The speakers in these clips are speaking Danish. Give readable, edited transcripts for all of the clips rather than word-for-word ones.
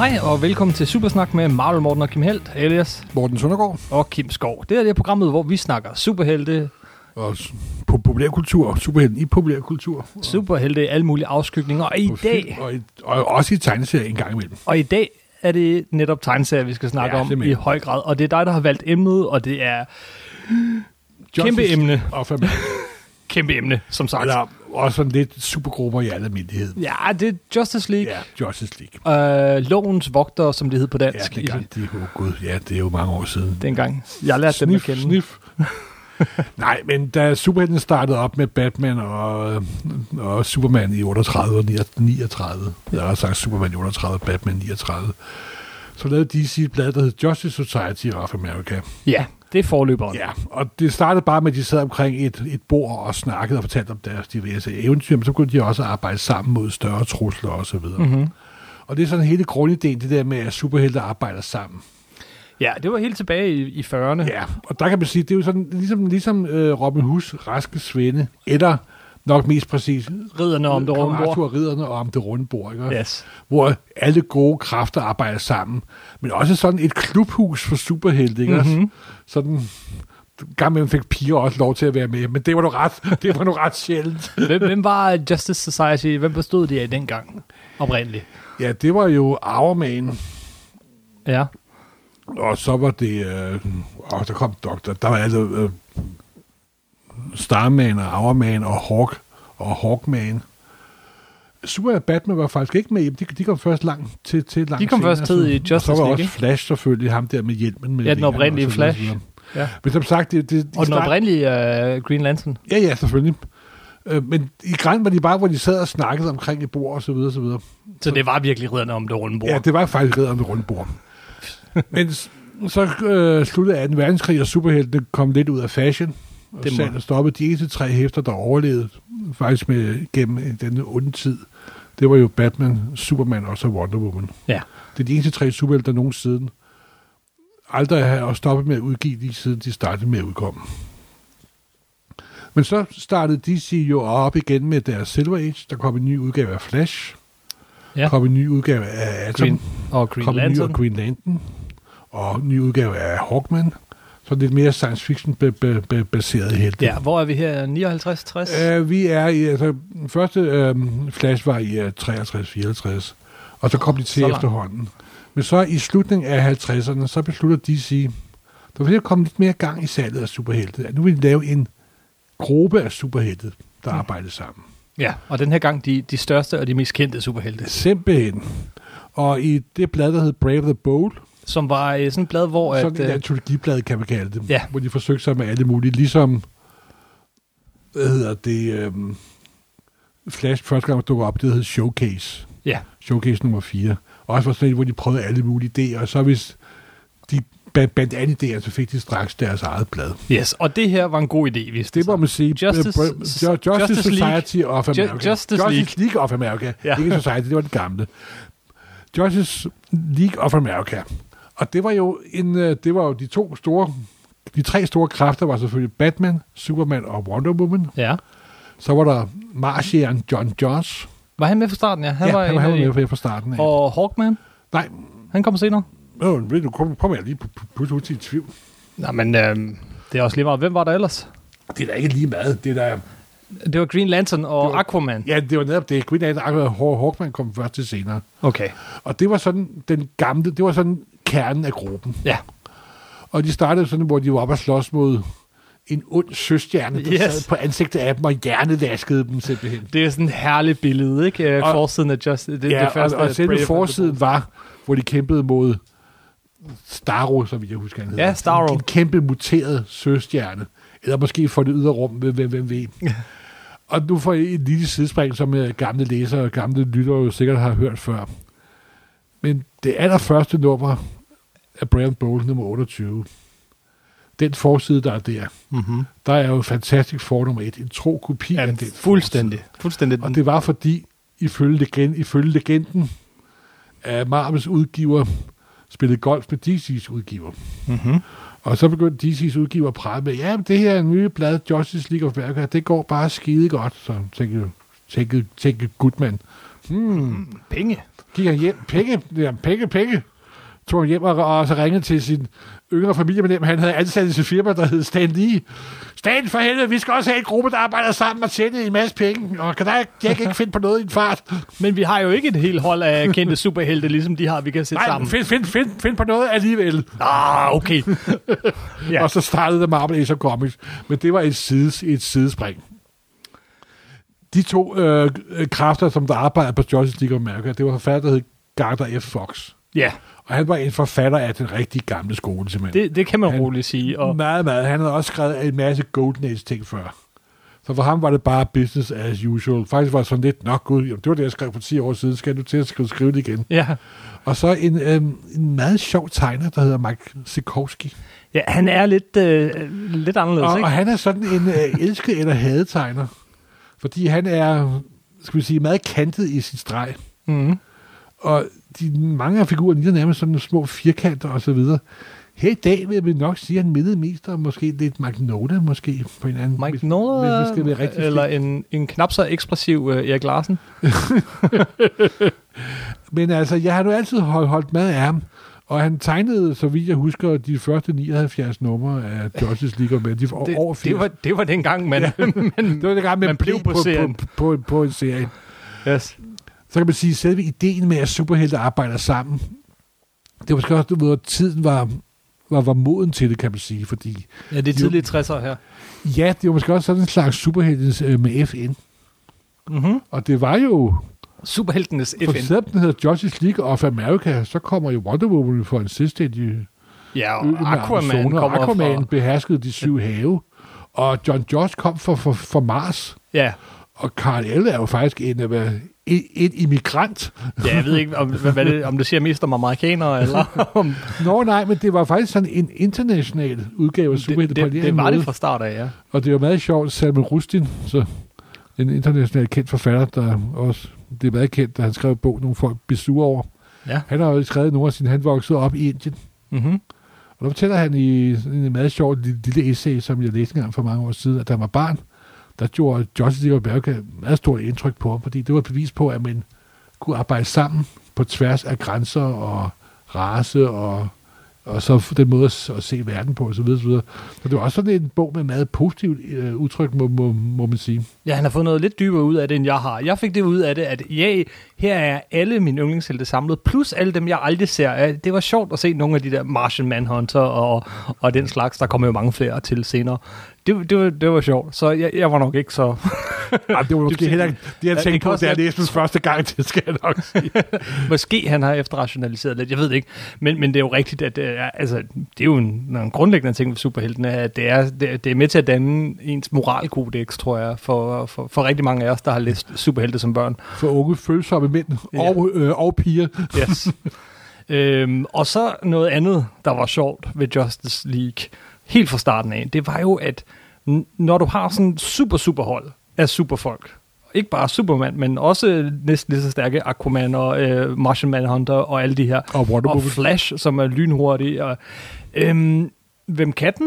Hej og velkommen til Supersnak med Marvel Morten og Kim Helt, alias Morten Søndergaard og Kim Skov. Det er det programmet, hvor vi snakker superhelte. Og på populærkultur, superhelten i populærkultur. Superhelte, alle mulige afskygninger. Og i dag... Og også i tegneserier en gang imellem. Og i dag er det netop tegneserier, vi skal snakke om i høj grad. Og det er dig, der har valgt emnet, og det er... Kæmpe emne. Kæmpe emne, som sagt. Eller også sådan lidt supergrupper i al almindelighed. Ja, det er Justice League. Ja, Justice League. Lovens vogtere, som det hed på dansk. Ja, det er jo mange år siden. Dengang. Jeg lærte dem at kende. Snif. Nej, men da superhelten startede op med Batman og Superman i 38 og 39, jeg har sagt Superman i 38 og Batman i 39, så lavede DC et blad, der hed Justice Society of America. Ja, det er forløberen. Ja, og det startede bare med, at de sad omkring et bord og snakkede og fortalte om deres diverse eventyr, men så kunne de også arbejde sammen mod større trusler og så videre. Mm-hmm. Og det er sådan hele grundideen, det der med, at superhelte arbejder sammen. Ja, det var helt tilbage i 40'erne. Ja, og der kan man sige, det er jo sådan ligesom Robin Hoods raske svende, eller nok mest præcis Ridderne om det runde bord. Arthur Ridderne om det runde bord, ikke? Yes. Hvor alle gode kræfter arbejder sammen, men også sådan et klubhus for superhelte, ikke? Mm-hmm. Sådan gammel fik piger også lov til at være med, men det var nu ret sjældent. Hvem var Justice Society? Hvem bestod de af dengang oprindeligt? Ja, det var jo Hourman. Ja. Og så var det... der kom Doktor. Der var altså Starman og Hourman og Hawkman. Superman og Batman var faktisk ikke med. De kom først langt senere. De kom først tid i Justice League. Og så var også Flash selvfølgelig, ham der med hjelmen. Med den oprindelige Flash. Ja. Men som sagt... Og den oprindelige Green Lantern. Ja, selvfølgelig. Men i Græn var de bare, hvor de sad og snakkede omkring et bord og så videre, så videre. Så det var virkelig ridderne om det runde bord? Ja, det var faktisk ridderne om det runde bord. Men så sluttede 2. verdenskrig, og superheltene kom lidt ud af fashion. Og salget stoppede. De eneste 3 hæfter, der overlevede faktisk gennem denne onde tid, det var jo Batman, Superman og så Wonder Woman. Ja. Det er de eneste 3 superhelter, der nogensinde aldrig har stoppet med at udgive, lige siden de startede med at udkomme. Men så startede DC jo op igen med deres Silver Age. Der kom en ny udgave af Flash. Ja. Kom en ny udgave af Atom. Green Lantern. Green Lantern. Og en ny udgave af Hawkman. Så lidt mere science fiction baseret helte. Ja, hvor er vi her? 59-60? Vi er i... Altså, første Flash var i 63-64. Og så kom de til efterhånden. Men så i slutningen af 50'erne, så beslutter DC... Der vil komme lidt mere gang i salget af superhelte. Nu vil de lave en gruppe af superhelte, der arbejder sammen. Ja, og den her gang de største og de mest kendte superhelte. Simpelthen. Og i det blad, der hed Brave the Bold, som var sådan et blad, hvor... Sådan et antologiblad, kan man kalde det. Ja. Hvor de forsøgte sig med alle mulige. Ligesom, Flash første gang dukker op, det hed Showcase. Ja. Showcase nummer 4. Også var sådan et, hvor de prøvede alle mulige idéer. Og så hvis de bandt alle idéer, så fik de straks deres eget blad. Yes, og det her var en god idé, hvis det må man sige. Justice Society of America. Justice League of America. Ja. Ikke Society, det var det gamle. Justice League of America. Og det var jo de 3 store kræfter var selvfølgelig Batman, Superman og Wonder Woman. Ja. Så var der Martian John Jones. Var han med fra starten, ja? Han var med fra starten. Ja. Og Hawkman? Nej. Han kom senere? Nu kommer jeg lige på til tvivl. Nej, men det er også lige meget. Hvem var der ellers? Det er da ikke lige meget. Det var Green Lantern og Aquaman. Ja, det var netop det. Green Lantern og Hawkman kom først til senere. Okay. Og det var sådan det var sådan kernen af gruppen. Ja. Og de startede sådan, hvor de var oppe og slås mod en ond søstjerne, der sad på ansigtet af dem og hjernevaskede dem simpelthen. Det er sådan et herligt billede, ikke? Forsiden af Justice. Det første, og selve forsiden var, hvor de kæmpede mod Starro, som jeg husker, han hedder. Ja, Starro. En kæmpe muteret søstjerne. Eller måske for det ydre rum, hvem ved. Og nu får jeg et lille sidespring, som gamle læsere og gamle lyttere jo sikkert har hørt før. Men det allerførste nummer af Brian Bold, nummer 28, den forside, der er der, der er jo Fantastic Four nummer 1, en tro kopi af den. Fuldstændig. Og det var fordi, ifølge legenden, at Marvels udgiver spillede golf med DC's udgiver. Mm-hmm. Og så begyndte DC's udgiver at prale med, ja, det her nye blad, Justice League of America, det går bare skide godt. Så tænkte Goodman, penge. gik han hjem. Penge. Tog han hjem og så ringede til sin yngre familiemedlem. Han havde ansat i sin firma, der hed Stan Lee. Stan, for helvede, vi skal også have en gruppe, der arbejder sammen og tjene en masse penge. Og jeg kan ikke finde på noget i en fart. Men vi har jo ikke et helt hold af kendte superhelte, ligesom de har, vi kan sætte sammen. Nej, find på noget alligevel. Okay. Ja. Og så startede The Marvel Age of Comics. Men det var et sidespring. De to kræfter, som der arbejdede på Justice League of America, det var forfatter, der hed Gardner F. Fox. Ja. Og han var en forfatter af den rigtig gamle skole, simpelthen. Det kan man roligt sige. Og meget. Han havde også skrevet en masse Golden Age-ting før. Så for ham var det bare business as usual. Faktisk var det sådan lidt, gud, det var det, jeg skrev for 10 år siden. Skal du til at skrive det igen? Ja. Og så en meget sjov tegner, der hedder Mike Sikowski. Ja, han er lidt anderledes, ikke? Og han er sådan en elsket eller hadetegner. Fordi han er, skal vi sige, meget kantet i sin streg. Mhm. Og mange af figurerne ligner nærmest sådan nogle små firkanter og så videre. Her i dag vil jeg nok sige, at han mindede mest om måske lidt Magnolia, måske på en anden. Magnolia, eller en knap så ekspressiv Erik Larsen. Men altså, jeg har nu altid holdt med af ham. Og han tegnede, så vidt jeg husker, de første 79 numre af Justice League of America. Det var dengang, man blev på serien. På en serie. Yes. Så kan man sige, at selve ideen med, at superhelte arbejder sammen, det var måske også, hvor tiden var moden til det, kan man sige. Fordi ja, det er tidlige 60'er her. Ja, det var måske også sådan en slags superheltens med FN. Mm-hmm. Og det var jo superheltenes FN. For eksempel, den hedder Justice League of America, så kommer jo Wonder Woman for en selvstændig. Ja, og Aquaman beherskede de 7 have. Og John Jost kom for Mars. Ja. Og Kal-El er jo faktisk en immigrant. Ja, jeg ved ikke, om det siger mest om amerikanere, eller om... Nå, nej, men det var faktisk sådan en international udgave af superhelte på en det var måde. Det fra start af, ja. Og det var meget sjovt, Salman Rushdie, så en international kendt forfatter, der også, det er meget kendt, da han skrev bog, nogle folk blev sure over. Ja. Han har jo skrevet nogle af sine, han voksede op i Indien. Mm-hmm. Og der fortæller han i en meget sjov lille essay, som jeg læste engang for mange år siden, at da han var barn, der gjorde Justice League of America meget stort indtryk på ham, fordi det var et bevis på, at man kunne arbejde sammen på tværs af grænser og race og så den måde at se verden på, og så videre, så videre. Så det var også sådan en bog med meget positivt udtryk, må man sige. Ja, han har fået noget lidt dybere ud af det, end jeg har. Jeg fik det ud af det, at her er alle mine yndlingshelte samlet, plus alle dem, jeg aldrig ser. Det var sjovt at se nogle af de der Martian Manhunter og den slags. Der kommer jo mange flere til senere. Det var sjovt, så jeg var nok ikke så... Ej, det var måske heller ikke det, jeg tænkte på, da jeg læste første gang, det skal jeg nok sige. Måske han har efterrationaliseret lidt, jeg ved det ikke. Men det er jo rigtigt, at det er jo en grundlæggende ting ved superheltene, at det er med til at danne ens moralkodex, tror jeg, for rigtig mange af os, der har læst superhelte som børn. For unge, følsomme mænd og piger. Yes. Og så noget andet, der var sjovt ved Justice League, helt fra starten af, det var jo, at når du har sådan super hold af superfolk, ikke bare Superman, men også næsten lige så stærke Aquaman og Martian Manhunter og alle de her, og Flash, som er lynhurtig, og hvem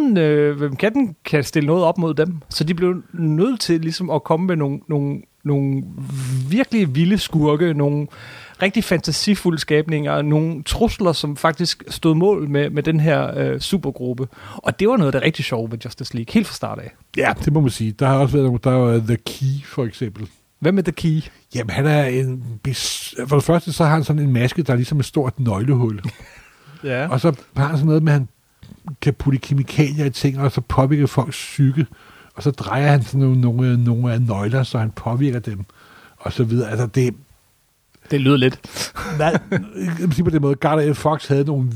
kan stille noget op mod dem? Så de blev nødt til ligesom at komme med nogle virkelig vilde skurke, nogle rigtig fantasifulde skabninger, nogle trusler, som faktisk stod mål med den her supergruppe. Og det var noget af det rigtig sjove ved Justice League, helt fra start af. Ja, det må man sige. Der har også været, der er The Key, for eksempel. Hvem er The Key? Jamen, han er for det første, så har han sådan en maske, der er ligesom et stort nøglehul. Ja. Og så har han sådan noget med, at han kan putte kemikalier i ting, og så påvirker folks psyke. Og så drejer han sådan nogle af nøgler, så han påvirker dem. Og så videre. Altså, det lyder lidt. Nej, på den måde, Gardner F. Fox havde nogle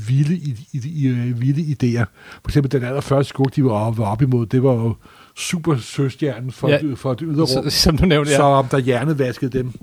vilde idéer. For eksempel den allerførste skurk, de var op imod, det var jo super søstjernen for det ydre rum. Som du nævnte, ja. Så om der hjernevaskede dem.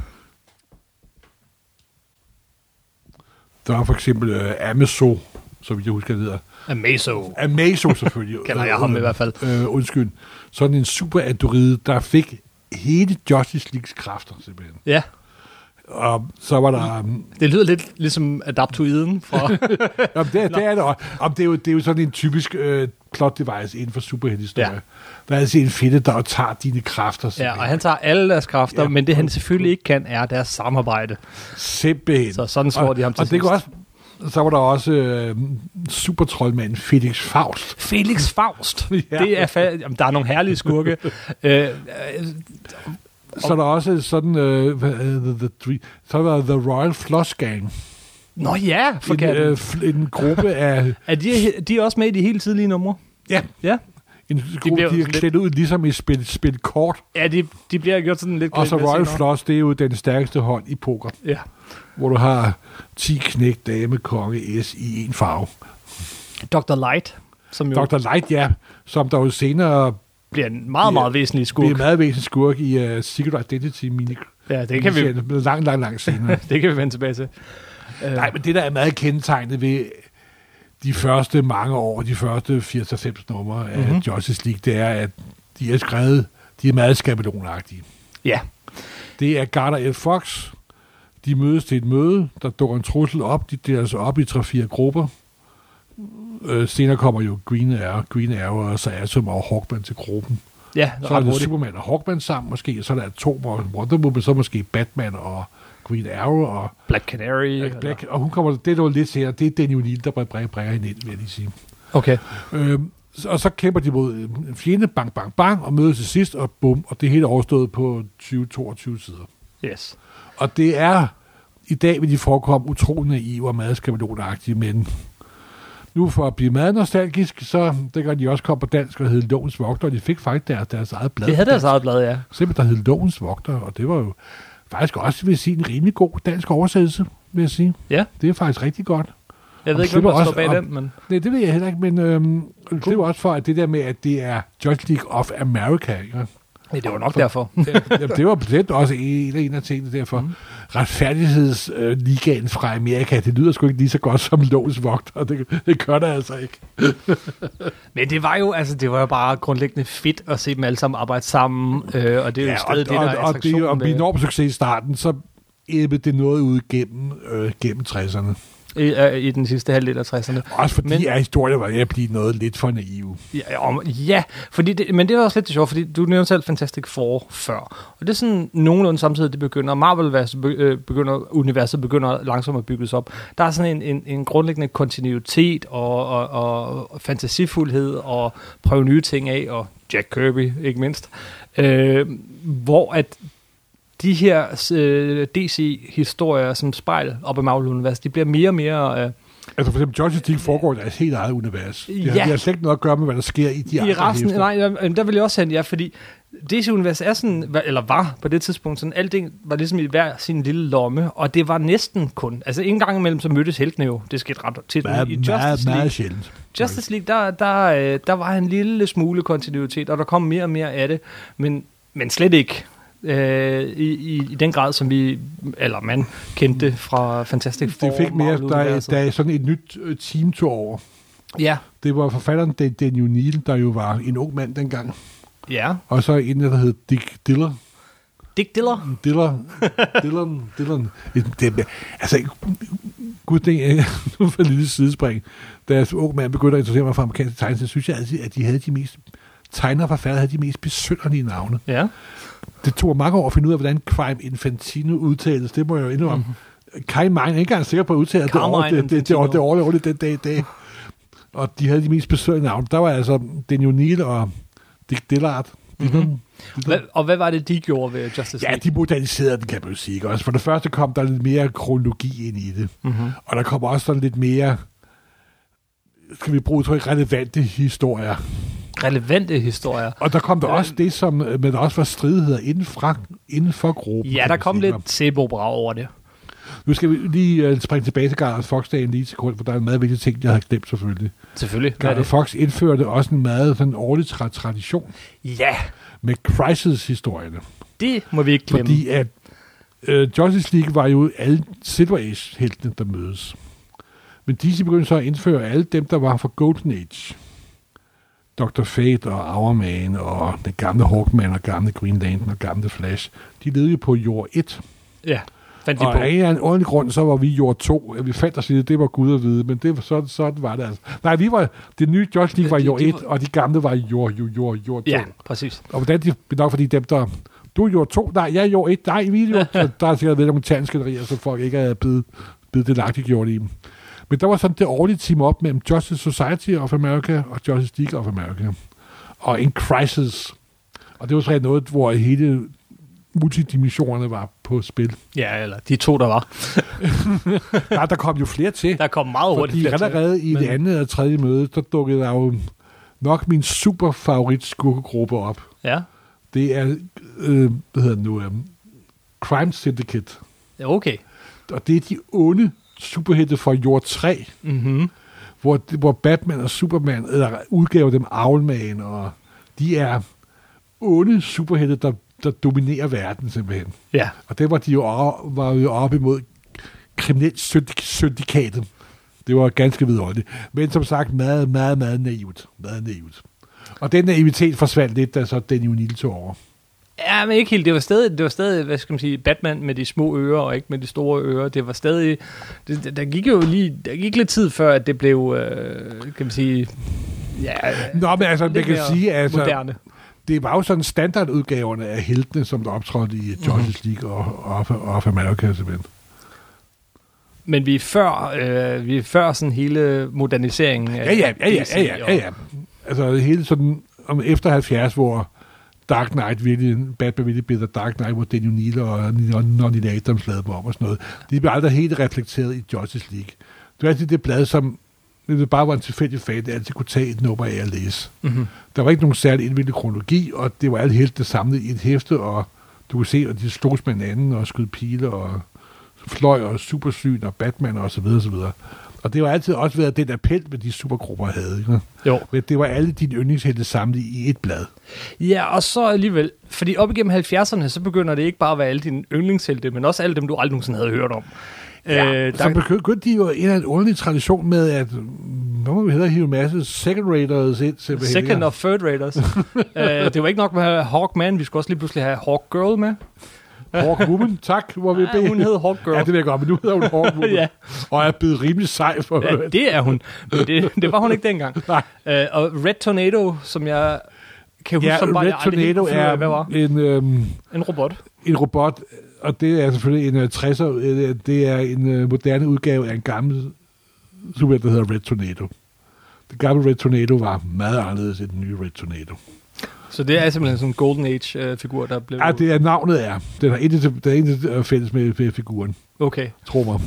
Der var for eksempel Amazo, så vidt jeg husker, det hedder. Amazo selvfølgelig. Kalder jeg ham i hvert fald. Undskyld. Sådan en super androide, der fik hele Justice Leagues kræfter, simpelthen. Ja. Og så var der... Det lyder lidt ligesom Adaptoiden fra... Jamen, det er det også. Det er jo sådan en typisk plot device inden for superheltehistorie. Ja. Der er altså en fedte, der tager dine kræfter. Ja, og han tager alle deres kræfter, men det han selvfølgelig ikke kan, er deres samarbejde. Simpelthen. Så sådan slår de ham til sidst. Og det går også, så var der også supertroldmanden Felix Faust. Felix Faust. Ja. Det er jamen, der er nogle herlige skurke. Så er der også sådan, så var der The Royal Flush Gang. Nå ja, for en gruppe af... Er de er også med i de helt tidlige numre? Ja. Ja. En gruppe, de er klædt ud ligesom i spil kort. Ja, de bliver gjort sådan lidt... Og så Royal Flush, det er jo den stærkeste hånd i poker. Ja. Hvor du har 10 knæk, dame, konge, S i en farve. Dr. Light. Som jo Dr. Light, ja. Som der jo senere... bliver en meget væsentlig skurk. Bliver en meget væsentlig skurk i Secret Identity mini. Ja, det kan vi... Langt senere. Det kan vi vende tilbage til. Nej, men det, der er meget kendetegnet ved de første mange år, de første 80-90 numre af Justice League, det er, at de er skrevet, de er meget skabelonagtige. Ja. Det er Gardner F. Fox. De mødes til et møde, der dukker en trussel op, de deler sig op i 3-4 grupper. Senere kommer jo Green Arrow og så Atom og Hawkman til gruppen. Ja, så er det Superman og Hawkman sammen måske, så er der Atom og Wonder Woman, så måske Batman og Green Arrow og Black Canary. Og hun kommer, det er jo lidt senere, det er Daniel O'Neill, der brækker hende ind, vil jeg lige sige. Okay. Og så kæmper de mod en fjende, bang, bang, bang, og mødes til sidst, og bum, og det er helt overstået på 20-22 sider. Yes. Og det er, i dag vil de forekomme utrolig naive og meget skabelonagtige, men nu for at blive meget nostalgisk, så det kan de også komme på dansk og hedde Lovens Vogter, og de fik faktisk deres eget blad. Det havde deres eget blad, ja. Simpelthen, der hed Lovens Vogter, og det var jo faktisk også, vil jeg sige, en rimelig god dansk oversættelse, vil jeg sige. Ja. Det er faktisk rigtig godt. Jeg ved ikke, hvem der står bag den, men... Nej, det ved jeg heller ikke, men det var også for, at det der med, at det er Justice League of America, ikke? Ja, det var nok derfor. Det var bestemt også en af tingene derfor. Retfærdighedsligaen fra Amerika, det lyder sgu ikke lige så godt som Lovens Vogter, det gør det altså ikke. Men det var jo bare grundlæggende fedt at se dem alle sammen arbejde sammen, og det er jo stadig det, der er attraktionen. Og blive enormt succes i starten, så æbbede det noget ud gennem 60'erne. I den sidste halvdel af 60'erne. Også fordi historien var at blive noget lidt for naiv. Ja, fordi men det er også lidt sjovt, fordi du nævnte selv Fantastic Four før. Og det er sådan nogenlunde samtidig, det begynder. Universet begynder langsomt at bygges op. Der er sådan en grundlæggende kontinuitet og fantasifuldhed og prøve nye ting af, og Jack Kirby ikke mindst. Hvor at de her DC-historier som spejl op i Marvel-universet, de bliver mere og mere... Altså for eksempel Justice League foregår i deres helt eget univers. Det har slet ikke noget at gøre med, hvad der sker i de andre resten. Nej, der vil jeg også sige, fordi DC-universet er sådan, eller var på det tidspunkt, sådan alting var ligesom i hver sin lille lomme, og det var næsten kun... Altså en gang imellem, så mødtes heltene jo. Det skete ret tit. I meget sjældent. Justice League, der var en lille smule kontinuitet, og der kom mere og mere af det, men slet ikke... I den grad, som man kendte fra Fantastic Four. Det fik mere, der er sådan et nyt team tog over. Ja. Det var forfatteren Daniel O'Neill, der jo var en ung mand dengang. Ja. Og så en, der hed Dick Diller. Dick Diller? Diller. Altså, gud, det er nu for et lille sidespring. Da jeg som ung mand begyndte at interessere mig for amerikanske tegner, så synes jeg altid, at de havde de mest tegnerforfattere havde de mest besynderlige navne. Ja. Det tog mange år at finde ud af, hvordan Crime Infantino udtales. Det må jeg jo indrømme. Kai Mine er ikke engang sikker på at udtale det overlever den dag i dag. Og de havde de mest besøgende navne. Der var altså Daniel O'Neill og Dick Dillard. Og hvad var det, de gjorde ved Justice League? Ja, de moderniserede den, kan man jo sige. Også for det første kom der lidt mere kronologi ind i det. Og der kom også sådan lidt mere, skal vi bruge relevante historier. Relevante historier. Og der kom der også det, som men der også var stridigheder inden for gruppen. Ja, der kom lidt sæbeopera over det. Nu skal vi lige springe tilbage til Garner Fox-dagen lige til sekund, for der er en meget vigtig ting, jeg har glemt selvfølgelig. Garner Fox indførte også en meget sådan årlig tradition. Ja. Med Crisis-historierne. Det må vi ikke glemme. Fordi at Justice League var jo alle Silver Age-heltene, der mødes. Men DC begyndte så at indføre alle dem, der var fra Golden Age. Dr. Fate og Hourman og den gamle Hawkman og gamle Green Lantern og gamle Flash, de levede jo på jord 1. Ja. Fandt de og på. af en eller anden ordentlig grund, så var vi jord 2. Vi fandt os i det var Gud at vide, men det var sådan var det altså. Nej, det nye Justice League var i jord 1, og de gamle var i jord 2. Ja, præcis. Og hvordan de, nok fordi dem, der... Du er jord 2, nej, jeg er jord 1, nej, vi er jord 2. Der er sikkert lidt om ternskænderier, så folk ikke er blevet delagtigt gjort i dem. Men der var sådan det årlige team op mellem Justice Society of America og Justice League of America. Og en crisis. Og det var så noget, hvor hele multidimensionerne var på spil. Ja, eller de to, der var. Der kom jo flere til. Der kom meget hurtigt flere til. Fordi allerede i det andet og tredje møde, der dukkede der jo nok min super favorit skurkegruppe op. Ja. Det er, hvad hedder det nu, Crime Syndicate. Ja, okay. Og det er de onde superhelte fra jord 3, hvor Batman og Superman udgav dem Owlman, og de er onde superhelte, der dominerer verden simpelthen. Ja. Og det var de jo op imod kriminelt syndikatet. Det var ganske vidunderligt. Men som sagt, meget naivt. Meget naivt. Og den naivitet forsvandt lidt, da så Denny O'Neil tog over. Ja, men ikke helt. Det var stadig, hvad skal man sige, Batman med de små ører, og ikke med de store ører. Det var stadig... Der gik lidt tid før, at det blev, kan man sige... Ja, nå, men altså, man kan sige, altså... moderne. Det var jo sådan standardudgaverne af heltene, som der optrådte i Justice League og of America, simpelthen. Men vi er før sådan hele moderniseringen af Ja. Altså hele sådan, om efter 70, hvor Dark Knight Batman virkelig blev Dark Knight, hvor Denny O'Neil og Neil Adams lavede dem om og sådan noget. De blev aldrig helt reflekteret i Justice League. Det var altid det blad, som det bare var en tilfældig fan, det altid kunne tage et nummer af at læse. Mm-hmm. Der var ikke nogen særlig indviklet kronologi, og det var alt helt det samlet i et hæfte, og du kunne se, at de slogs med hinanden, og skød pile, og fløj, og supersyn, og Batman, og så videre, så videre. Og det var altid også været den appel, med de supergrupper havde. Ikke? Jo. Men det var alle dine yndlingshelte samlet i et blad. Ja, og så alligevel, fordi op igennem 70'erne, så begynder det ikke bare at være alle dine yndlingshelte, men også alle dem, du aldrig nogensinde havde hørt om. Ja, så begyndte de jo en af en ordentlig tradition med, at hvad må vi hedder, hive en masse second raters ind. Second og third raters. Det var ikke nok med at have Hawkman, vi skulle også lige pludselig have Hawkgirl med. Hawkwoman, tak, hvor vi beder. Hun hed Hawkgirl. Ja, det vil jeg godt, men nu hedder hun Hawkwoman. Ja. Og er blevet rimelig sej for ja, det er hun. Det var hun ikke dengang. Og Red Tornado, som jeg kan huske, som bare Red Tornado er hvad var? En robot. En robot, og det er selvfølgelig en 60'er, det er en moderne udgave af en gammel superhelt, der hedder Red Tornado. Det gamle Red Tornado var meget anderledes end den nye Red Tornado. Så det er simpelthen sådan en Golden Age-figur, der blev... Ja, det er navnet er. Den har intet fælles med figuren. Okay. Tro mig.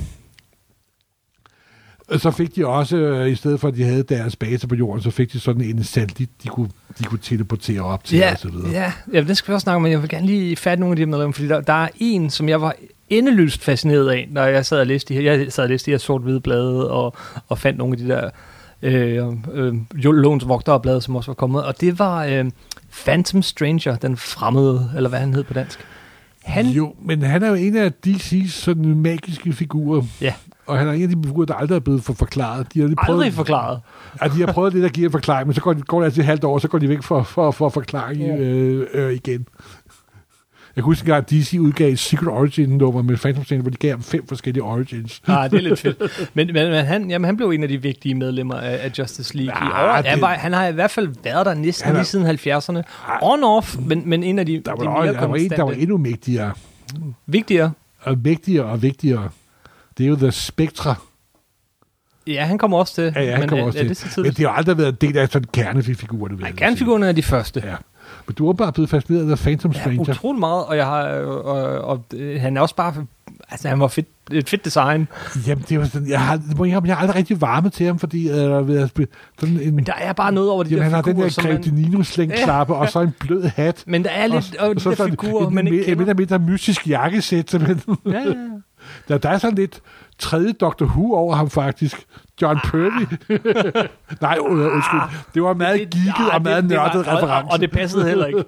Så fik de også, i stedet for at de havde deres base på jorden, så fik de sådan en satellit, de kunne teleportere op til og så videre. Ja, det skal vi også snakke om, men jeg vil gerne lige fatte nogle af de medlemmer, fordi der er en, som jeg var endeløst fascineret af, når jeg sad og læste de her sort-hvide blade, og fandt nogle af de der Lovens Vogtere-blade, som også var kommet, og det var Phantom Stranger, den fremmede, eller hvad han hed på dansk. Men han er jo en af DC's sådan magiske figurer. Ja. Og han er en af de figurer, der aldrig er blevet forklaret. De har aldrig forklaret? Ja, de har prøvet lidt at give en forklaring, men så går det altid et halvt år, så går de væk for forklaring igen. Jeg kan huske engang, at DC udgav et Secret Origin-nummer med Phantom Stranger, hvor de gav ham 5 forskellige origins. Det er lidt fedt. Men han blev en af de vigtige medlemmer af Justice League i år. Han har i hvert fald været der næsten lige siden 70'erne. On-off, men en af de mere konstante. Der var endnu mægtigere. Vigtigere? Og vigtigere. Det er jo The Spectre. Ja, han kommer også til. Ja, han kommer også til. Men det har aldrig været en del af sådan kernefigurer. Nej, kernefigurerne er de første. Ja. Men du er bare blevet fascineret af Phantom Stranger. Ja, utroligt meget, og jeg har, og han er også bare, altså han var fedt, et fedt design. Jamen, det var sådan, jeg har aldrig rigtig varmet til ham, fordi sådan en... Men der er bare noget over de der figurer, han har den der Greve de Nino-slængklappe, og så en blød hat. Men der er lidt over de der figurer, man ikke kender. Med der mystiske jakkesæt, simpelthen. Ja. Der er sådan lidt tredje Doctor Who over ham, faktisk. John Pertwee. Nej, undskyld. Det var meget geeket og meget nørdet reference. Og det passede heller ikke.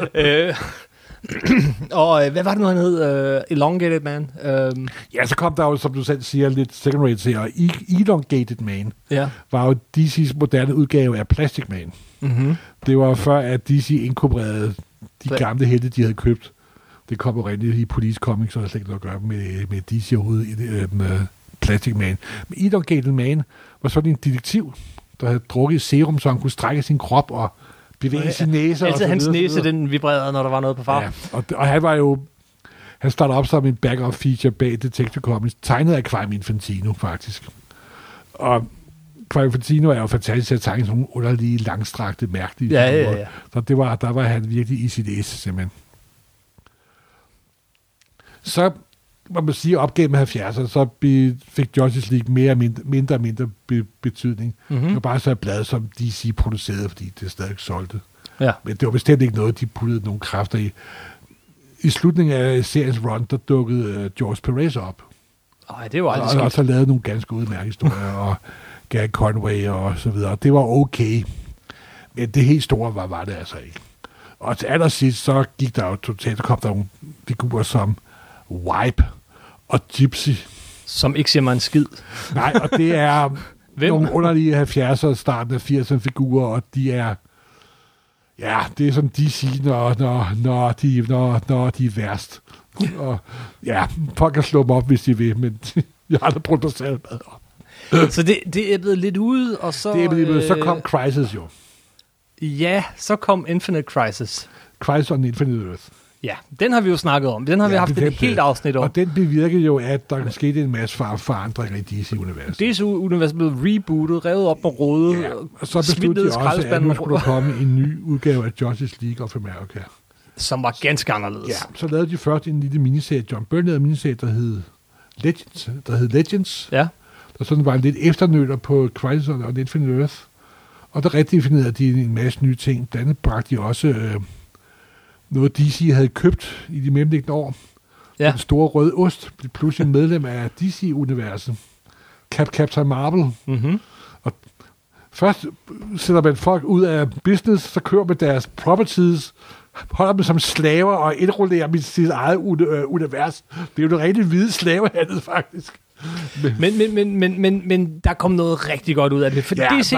Og hvad var det nu, han hed? Elongated Man? Ja, så kom der jo, som du selv siger, lidt second rate til, og Elongated Man var jo DC's moderne udgave af Plastic Man. Mm-hmm. Det var før, at DC inkorporerede de gamle helte, de havde købt. Det kom jo rent i Police Comics, og det har slet ikke noget at gøre med DC overhovedet, med Plastic Man. Men Elongated Man var sådan en detektiv, der havde drukket serum, så han kunne strække sin krop og bevæge sin næse. Altid hans næse, den vibrerede, når der var noget på far. Ja, og han var jo... Han startede op som en backup feature bag Detective Comics, tegnet af Quime Infantino, faktisk. Og Quime Infantino er jo fantastisk til at tegne sådan nogle underlige, langstrakte, mærkelige figurer. Ja. Så der var han virkelig i sit æs, simpelthen. Så, må man sige, op gennem 70'erne, så fik Justice League mere og mindre betydning. Det var bare så et blad, som DC producerede, fordi det stadig solgte. Ja. Men det var bestemt ikke noget, de puttede nogle kræfter i. I slutningen af seriens run, der dukkede George Perez op. Det var aldrig og så lavede nogle ganske udmærkede historier, og Gary Conway og så videre. Det var okay. Men det helt store var det altså ikke. Og til allersidst, så gik der jo totalt, der kom der nogle figurer som Wipe og Gypsy. Som ikke siger mig en skid. Nej, og det er nogle underlige 70'er, starten af 80'er figurer, og de er... Ja, det er som DC, når de er værst. Og ja, folk kan slå dem op, hvis de vil, men jeg har aldrig brugt at sætte med op. Så det er blevet lidt ude, og så... Det er blevet ude, så kom Crisis jo. Ja, så kom Infinite Crisis. Crisis on Infinite Earth. Ja, den har vi jo snakket om. Den har vi haft et helt afsnit om. Og den bevirkede jo, at der skete en masse forandringer i DC-universet. DC-universet blev rebootet, revet op med rode, og så besluttede de også, at nu skulle der komme en ny udgave af Justice League of America. Som var ganske anderledes. Ja, så lavede de først en lille miniserie, John Byrne lavede en miniserie, der hed Legends. Ja. Der sådan var en lidt efternøler på Crisis on Infinite Earth. Og der redefinerede de en masse nye ting. Blandt andet bragte de også... noget DC havde købt i de mellemliggende år. Ja. Den store røde ost blev pludselig medlem af DC-universet. Captain Marvel. Mm-hmm. Og først sætter man folk ud af business, så kører man deres properties, holder dem som slaver og indrullerer dem i sit eget univers. Det er jo det rigtig hvide slavehandel, faktisk. Men der kom noget rigtig godt ud af det. For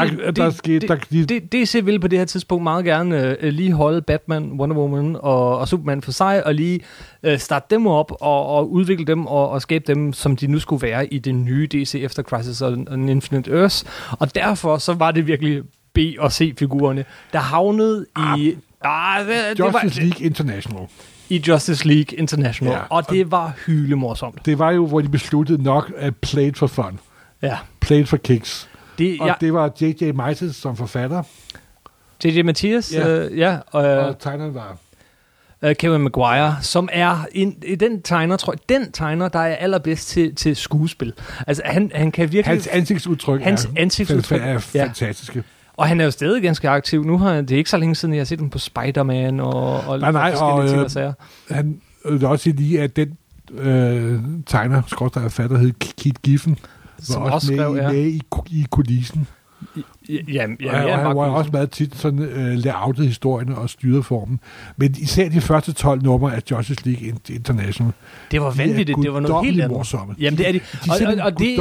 DC ville på det her tidspunkt meget gerne lige holde Batman, Wonder Woman og Superman for sig, og lige starte dem op og udvikle dem og skabe dem, som de nu skulle være i det nye DC efter Crisis on Infinite Earth. Og derfor så var det virkelig B- og C-figurerne, der havnede i... Justice League International. I Justice League International, og det var hylemorsomt. Det var jo, hvor de besluttede nok at play it for fun. Ja. Play it for kicks. Det var J.J. Mites som forfatter. J.J. Mathias, og tegneren var... Kevin Maguire, som er den tegner, der er allerbedst til skuespil. Altså, han kan virkelig... Hans ansigtsudtryk er fantastiske. Og han er jo stadig ganske aktiv. Nu det er ikke så længe siden, jeg har set ham på Spider-Man og forskellige ting og sager. Han vil også sige lige, at den tegner-forfatter hed Keith Giffen, var også med i kulissen. Han var også meget tit sådan layoutet historien og styret formen. Men især de første 12 numre af Justice League International. Det var vanvittigt. Det var noget helt andet. Morsomme. Jamen det er de. Og det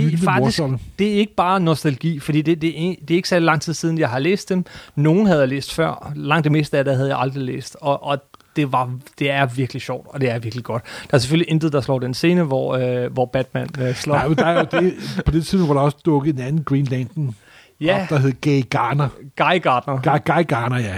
er ikke bare nostalgi, fordi det er ikke så lang tid siden, jeg har læst dem. Nogen havde jeg læst før. Langt det meste af det havde jeg aldrig læst. Og det er virkelig sjovt, og det er virkelig godt. Der er selvfølgelig intet, der slår den scene, hvor Batman slår. Nej, men der er jo det. På det tidspunkt var der også dukket en anden Green Lantern. Ja. Der hed Guy Garner. Guy Garner, ja.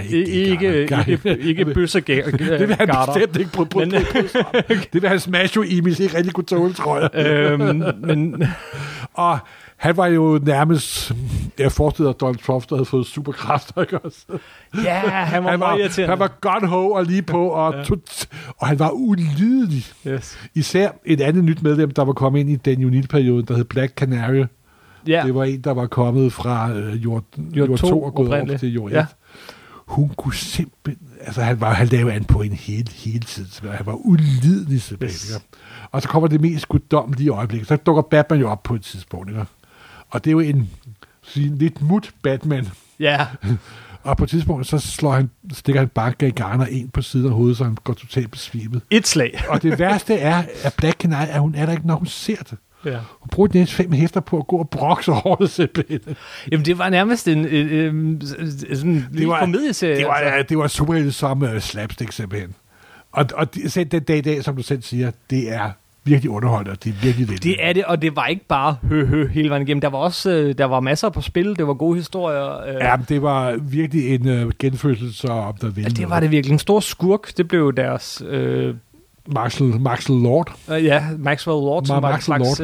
Ikke bøsse Garner. Det vil han bestemt ikke på. Det vil han smash jo Emis ikke rigtig kunne tåle, tror jeg. Og han var jo nærmest... Jeg forestiller, at Donald Trump, der havde fået superkræfter, ikke også? Ja, han var irriterende. Han var gun-ho og lige på, og han var ulidelig. Yes. Især et andet nyt medlem, der var kommet ind i den Unit-periode, der hed Black Canary. Ja. Det var en, der var kommet fra jord 2 og gået over til jord 1. Ja. Hun kunne simpelthen... Altså, han lavede an på en hele tid. Han var ulidelig simpelthen. Yes. Og så kommer det mest guddommelige øjeblik. Så dukker Batman jo op på et tidspunkt. Ikke? Og det er jo en lidt mut Batman. Ja. Og på et tidspunkt, så stikker han bare Guy Garner ind på siden af hovedet, så han går totalt besvimet. Et slag. Og det værste er, at Black Canary, at hun er der ikke, når hun ser det. Ja. Hun brugte næsten 5 hæfter på at gå og brokse over det simpelthen. Jamen, det var nærmest en lille komedieserie. Det var super som slapstick simpelthen. Og selv den dag i dag, som du selv siger, det er virkelig underholdende, og det er virkelig vildt. Det er det, og det var ikke bare hele vejen igennem. Der var også der var masser på spil, det var gode historier. Ja, men det var virkelig en genfødsel, om der ville. Det var det virkelig. En stor skurk, det blev deres... Maxwell Lord. Ja, Maxwell Lord, som var en slags,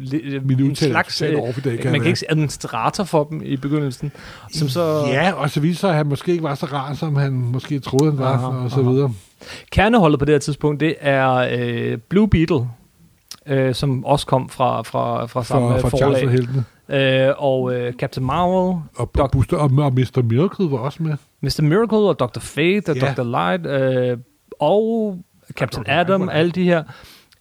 man kan ikke sige administrator for dem i begyndelsen. Som så, ja, og så viser sig, at han måske ikke var så rar, som han måske troede, han var, og så videre. Kerneholdet på det her tidspunkt, det er Blue Beetle, som også kom fra samme forlag. Og Captain Marvel. Og Mr. Miracle var også med. Mr. Miracle og Dr. Fate og Dr. Light og Captain Atom, alle de her.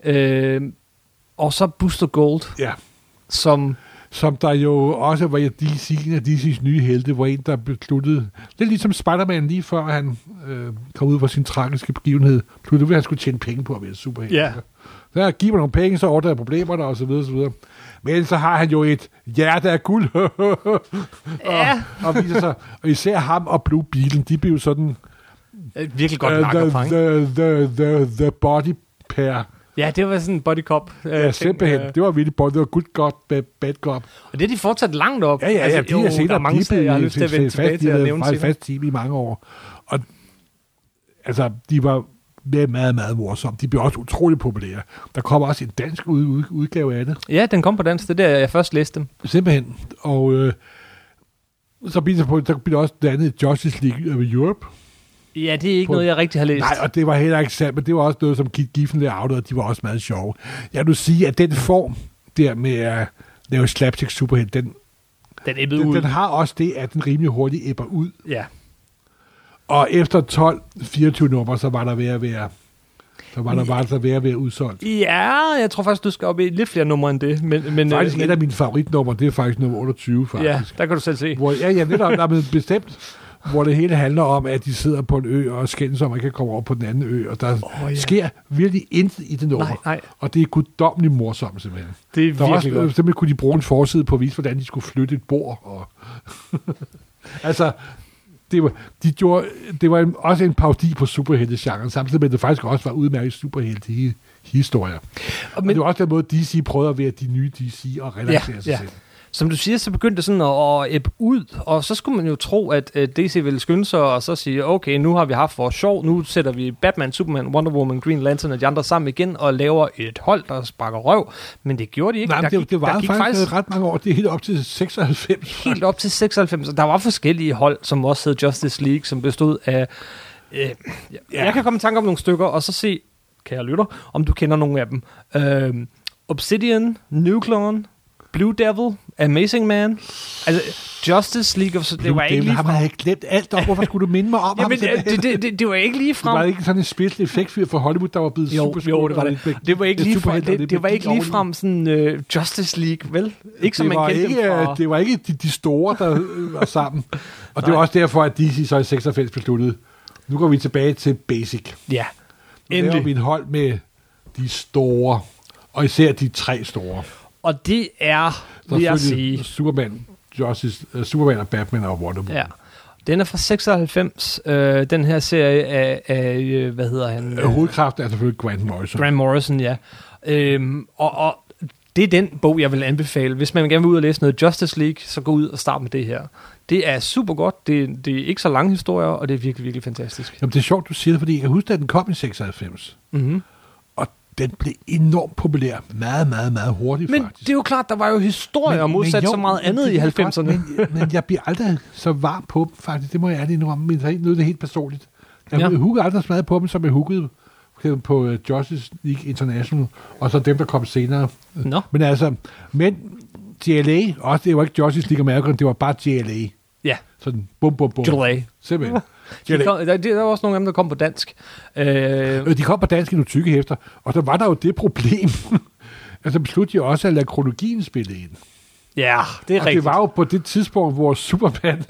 Og så Booster Gold. Ja. Som der jo også var en af DC's nye helte, hvor en, der besluttede, det er ligesom Spider-Man lige før han kom ud fra sin tragiske begivenhed, besluttede, at han skulle tjene penge på at være superhelt. Ja. Så giver man nogle penge, så ordner problemerne og så videre, så videre. Men så har han jo et hjerte af guld. og viser sig, og især ham og Blue Beetle, de blev sådan virkelig godt lagt the body pair. Ja, det var sådan en body cop. Ja, simpelthen. Det var virkelig det var good cop, bad cop. Og det er de fortsat langt op. Ja, altså, de er senere mange serier, jeg har lyst til at vende tilbage til at nævne til. Fast team i mange år. Og altså, de var meget, meget morsomme. De blev også utrolig populære. Der kom også en dansk udgave af det. Ja, den kom på dansk. Det der, jeg først læste dem. Simpelthen. Og så bliver det også dannet Justice League of Europe. Ja, det er ikke noget, jeg rigtig har læst. Nej, og det var heller ikke sandt, men det var også noget, som Kit Giffen lavede, og de var også meget sjove. Jeg vil sige, at den form der med at lave slapstick superhelt, den har også det, at den rimelig hurtigt æbber ud. Ja. Og efter 12-24 numre, så var der ved at være... udsolgt. Ja, jeg tror faktisk, du skal op i lidt flere numre end det. Men faktisk et af mine favoritnumre, det er faktisk nummer 28, faktisk. Ja, der kan du selv se. Netop, der er bestemt, hvor det hele handler om, at de sidder på en ø og skændes om, at man kan komme over på den anden ø, og der sker virkelig intet i det nummer. Nej. Og det er guddommeligt morsomt, simpelthen. Det er virkelig også, godt. Simpelthen kunne de bruge en forside på at vise, hvordan de skulle flytte et bord. Og altså... Det var også en parodi på superhelte-genren, samtidig med, at det faktisk også var udmærket superhelte-historier. Og det var også den måde, DC prøvede at være de nye DC og relaxere sig selv. Som du siger, så begyndte det sådan at ebbe ud, og så skulle man jo tro, at DC ville skynde sig og så sige, okay, nu har vi haft vores sjov, nu sætter vi Batman, Superman, Wonder Woman, Green Lantern og de andre sammen igen og laver et hold, der sparker røv. Men det gjorde de ikke. Nej, det var faktisk ret mange år. Det er helt op til 96. Helt op til 96. Og der var forskellige hold, som også hed Justice League, som bestod af... Jeg kan komme i tanke om nogle stykker, og så se, kære lytter, om du kender nogle af dem. Obsidian, Nucleon, Blue Devil, Amazing Man, altså Justice League of... Det var ikke lige frem. Ham havde glemt alt om. Hvorfor skulle du minde mig om ham? Det var ikke lige frem. Det var ikke sådan en special effektfyr for Hollywood, der var blevet super. Jo, det var det. Det var ikke lige frem. Det var ikke lige frem sådan Justice League, vel? Ikke som man kendte dem fra. Det var ikke de store, der var sammen. Og det var også derfor, at DC så i 96 besluttede, nu går vi tilbage til basic. Ja, endelig. Nu laver vi en hold med de store, og især de 3 store. Og det er, vil jeg sige... Superman og Batman og Wonder Woman. Ja. Den er fra 96, den her serie af hvad hedder han? Hovedkraften er selvfølgelig Grant Morrison. Grant Morrison, ja. Og det er den bog, jeg vil anbefale. Hvis man gerne vil ud og læse noget Justice League, så gå ud og start med det her. Det er super godt, det er ikke så lange historier, og det er virkelig, virkelig fantastisk. Jamen, det er sjovt, du siger det, fordi jeg kan huske, at den kom i 96. Mhm. Den blev enormt populær. Meget, meget, meget hurtigt, men faktisk. Det er jo klart, der var jo historier modsat så meget andet i 90'erne. Men jeg bliver aldrig så varm på dem, faktisk. Det må jeg ærligt indrømme. Men det er helt personligt. Jeg huggede aldrig så meget på dem, som jeg huggede på Justice League International, og så dem, der kom senere. No. Men JLA, også det var ikke Justice League American, det var bare JLA. Ja. Sådan bum, bum, bum. JLA. Simpelthen. Der var også nogle af dem, der kom på dansk. De kom på dansk i nogle tykke hæfter, og så var der jo det problem. Altså besluttede jeg også at lade kronologien spille ind. Ja, det er og rigtigt. Det var jo på det tidspunkt, hvor Superman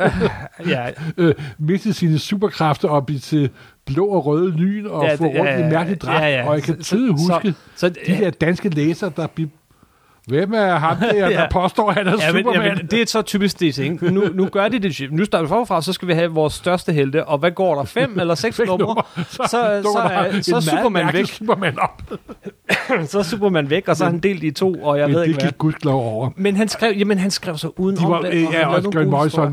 mistede sine superkræfter op til blå og røde lyn og få rundt i mærkeligt dragt. Og jeg kan tydeligt huske de der danske læsere, der blev Hvem er ham der påstår, han er Superman? Men, det er så typisk DC, ikke? Nu gør de det. Nu starter vi forfra, så skal vi have vores største helte. Og hvad går der? 5 eller 6 numre? Så er Superman væk. Superman op. Så er Superman væk, og så er han delt i 2, og jeg ved ikke hvad. Det gik gudskelov over. Men han skrev så udenom det. Ja, og Grant Morrison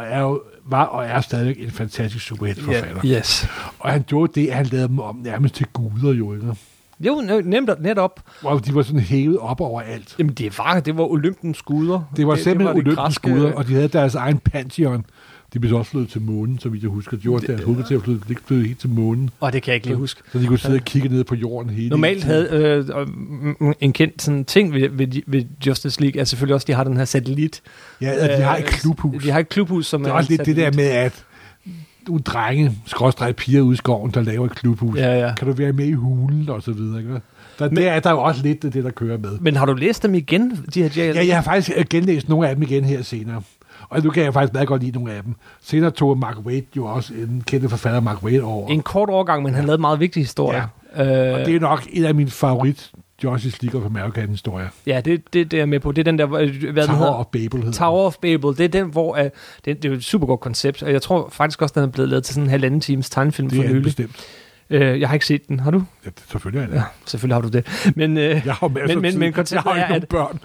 var og er stadigvæk en fantastisk superheltforfatter. Yes. Og han gjorde det, at han lavede dem om nærmest til guder, jo ikke? Jo, netop. Hvor de var sådan hævet op over alt. Jamen, det var Olympens guder. Det var simpelthen Olympens guder, og de havde deres egen pantheon. De blev også flyttet til månen, så vidt jeg husker. De gjorde deres hovedkvarter flyttede helt til månen. Og det kan jeg ikke lige huske. Så de kunne sidde og kigge ned på jorden hele normalt havde en kendt sådan ting ved Justice League, er selvfølgelig også, de har den her satellit. Ja, de har et klubhus. De har et klubhus, som det er også lidt det der med, at nogle drenge, piger ude i skoven, der laver et klubhus. Ja. Kan du være med i hulen og så videre, ikke? Der er jo også lidt det, der kører med. Men har du læst dem igen, de her JLA? Ja, jeg har faktisk genlæst nogle af dem igen her senere. Og nu kan jeg faktisk meget godt lide nogle af dem. Senere tog Mark Waid jo også en kendte forfatter, Mark Waid, over. En kort overgang, men han lavede meget vigtige historier. Ja. Og det er nok en af mine favorit Justice League of America-historier. Ja, det er jeg med på. Det er den der... Tower of Babel hedder Tower of Babel. Det er den, hvor... det er jo et super godt koncept, og jeg tror faktisk også, den er blevet lavet til sådan en 1,5 times tegnefilm for nylig. Det er bestemt. Jeg har ikke set den. Har du? Ja, selvfølgelig er det. Ja, selvfølgelig har du det. Men, jeg har men konceptet er,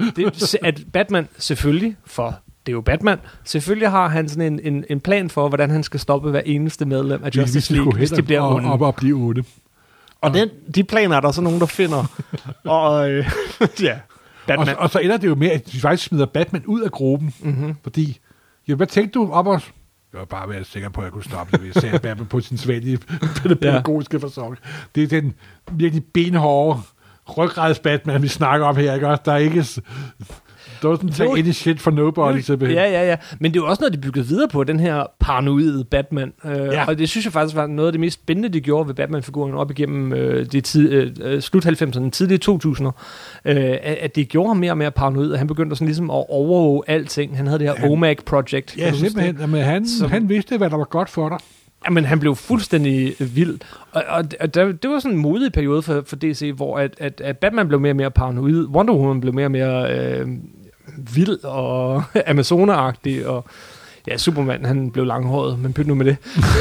at Batman selvfølgelig, for det er jo Batman, selvfølgelig har han sådan en plan for, hvordan han skal stoppe hver eneste medlem af Justice League, hvis de bliver onde. Op og blive onde. Og de planer er der så nogen, der finder. Og ja, Batman. Og så ender det jo med, at de faktisk smider Batman ud af gruppen. Mm-hmm. Fordi, hvad tænkte du om os? Jeg var bare være sikker på, at jeg kunne stoppe det, hvis jeg sagde Batman på sin svældige pædagogiske fasong. Det er den virkelig benhårde ryggrads Batman, vi snakker om her, ikke også? Der er ikke... Doesn't take any shit for nobody, simpelthen. Ja. Men det er jo også noget, de byggede videre på, den her paranoide Batman. Og det synes jeg faktisk var noget af det mest spændende, de gjorde ved Batman-figuren op igennem slut 90'erne, tidlige 2000'er. At det gjorde ham mere og mere paranoid, og han begyndte sådan ligesom at overvåge alting. Han havde det her OMAG-project. Ja, simpelthen. Jamen, han vidste, hvad der var godt for dig. Jamen, han blev fuldstændig vild. Og det var sådan en modig periode for DC, hvor at Batman blev mere og mere paranoid, Wonder Woman blev mere og mere vild og Amazoner-agtig, og ja, Superman, han blev langhåret, men pyt nu med det.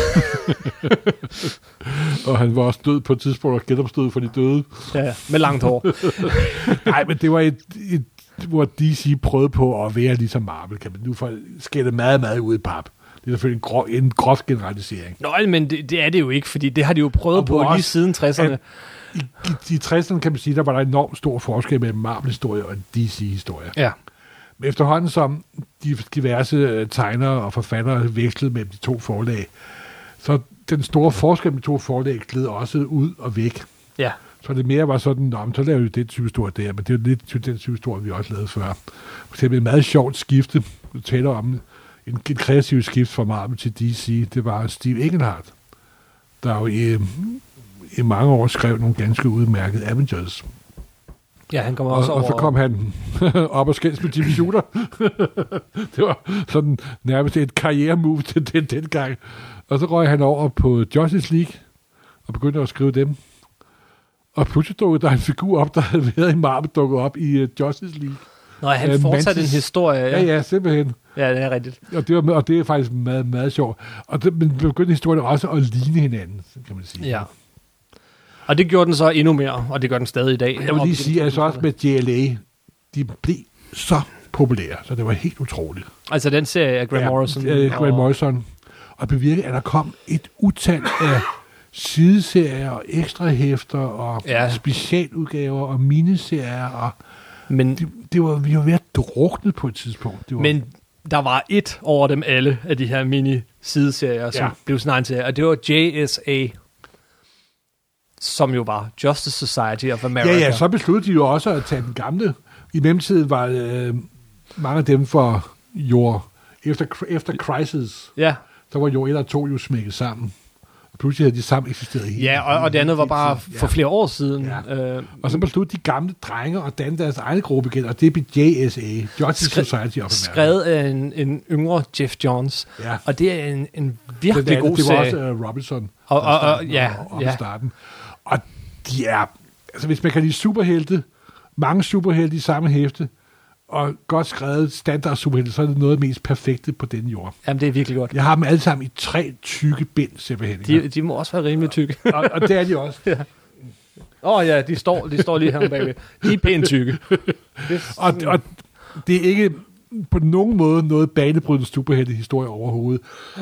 Og han var også død på et tidspunkt, og genopstod for de døde. Ja, med langt hår. Nej, men det var hvor DC prøvede på at være ligesom Marvel, kan man nu få skælde meget, meget ud i pap. Det er selvfølgelig en groft generalisering. Nå, men det er det jo ikke, fordi det har de jo prøvet på lige siden 60'erne. I 60'erne kan man sige, der var der enormt stor forskel mellem Marvel-historie og DC-historie. Ja. Men efterhånden som de diverse tegnere og forfattere vekslede mellem de to forlag, så den store forskel med to forlag gled også ud og væk. Ja. Så det mere var sådan, så laver vi den type historie der, men det er jo lidt den type historie, vi også lavede før. For eksempel et meget sjovt skifte, du taler om en kreativ skift fra Marvel til DC, det var Steve Englehart, der jo i mange år skrev nogle ganske udmærkede Avengers. Ja, han kommer også over... Og så kom han op og skændes med Jimmy Shooter. Det var sådan nærmest et karrieremove til den gang. Og så røg han over på Justice League og begyndte at skrive dem. Og pludselig dukkede der en figur op, der havde været i Marvel, dukket op i Justice League. Nå, han fortsatte en historie. Ja, simpelthen. Ja, det er rigtigt. Og det er faktisk meget, meget sjovt. Men begyndte historien også at ligne hinanden, kan man sige. Ja. Og det gjorde den så endnu mere, og det gør den stadig i dag. Jeg vil lige sige, at så også med JLA, de blev så populære, så det var helt utroligt. Altså den serie af Grant Morrison. Grant Morrison. Og bevirkede, at der kom et utal af sideserier og ekstra hæfter og specialudgaver og miniserier. Men vi var ved at drukne på et tidspunkt. Men der var et over dem alle af de her mini-sideserier, som blev sådan en serie, og det var JSA, som jo var Justice Society of America. Ja, så besluttede de jo også at tage den gamle. I mellemtiden var mange af dem for jord. Efter Crisis, så var jord 1 og 2 jo smækket sammen. Og pludselig havde de sammen eksisteret helt. Ja, og det andet var bare for flere år siden. Ja. Og så besluttede de gamle drenge at danne deres egen gruppe igen, og det blev JSA, Justice Society of America. Skrevet af en yngre Jeff Johns. Ja. Og det er en virkelig god serie. Det var også Robinson og starten. Og de er, altså hvis man kan lide superhelte mange superhelte i samme hæfte, og godt skrevet standard superhelte, så er det noget af det mest perfekte på denne jord. Jamen, det er virkelig godt. Jeg har dem alle sammen i 3 tykke bind, simpelthen. De må også være rimelig tykke. og det er de også. Ja, de står lige her bagved. De er pænt tykke. Og det er ikke på nogen måde noget banebrydende superhelte-historie overhovedet.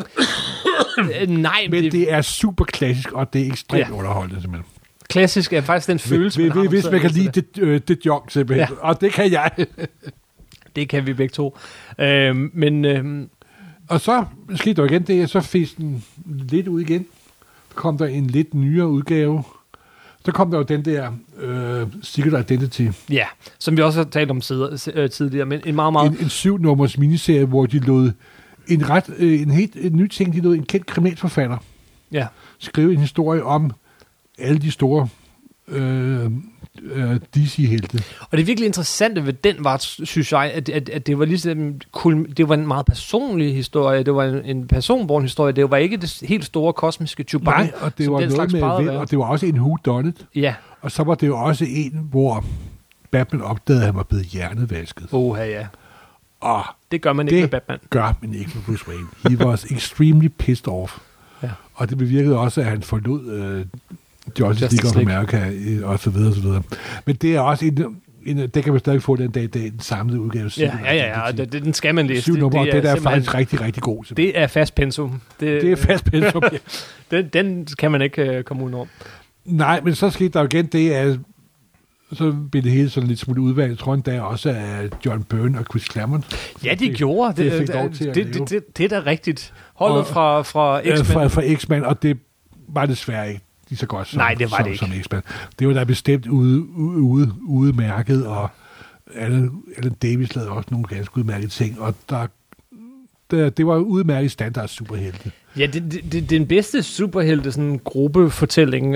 Nej, men det er super klassisk, og det er ekstremt underholdende, simpelthen. Klassisk er faktisk den følelse, man har. Hvis man kan lide det jog, simpelthen. Ja. Og det kan jeg. Det kan vi begge to. Og så skete der igen det, så fik den lidt ud igen. Kom der en lidt nyere udgave. Så kom der jo den der Secret Identity. Ja, som vi også har talt om tidligere, men en meget... En 7-nummers miniserie, hvor de lod en helt ny ting, de lod en kendt kriminalforfatter skrive en historie om alle de store DC-helte. Og det virkelig interessante ved den var, synes jeg, at det var ligesom det var en meget personlig historie, det var en personborn historie, det var ikke det helt store kosmiske Chewbacca. Nej, og det var noget med, og det var også en whodunit. Ja. Og så var det jo også en, hvor Batman opdagede, at han var blevet hjernevasket. Ja. Og det gør man ikke med Batman. Det gør man ikke med Bruce Wayne. He was extremely pissed off. Ja. Og det bevirkede også, at han forlod Justice League of America, og så videre, og så videre. Men det er også det kan man stadig få den dag i dag, den samlede udgave. Ja, den skal man læse. 7 nummer, det er faktisk rigtig, rigtig god. Simpelthen. Det er fast pensum. Det er fast pensum, ja. Den kan man ikke komme udenom. Nej, men så skete der jo igen det, at så blev det hele sådan lidt smule udvalgt. Jeg tror endda også af John Byrne og Chris Claremont. Ja, de gjorde. Det er da rigtigt. Holdet fra X-Men. Fra X-Men, og det var desværre ikke lige så godt som X-Men. Det var da bestemt udmærket, og Alan Davis lavede også nogle ganske udmærkede ting, og det var udmærket standard superhelte. Ja, den bedste superhelte sådan gruppefortælling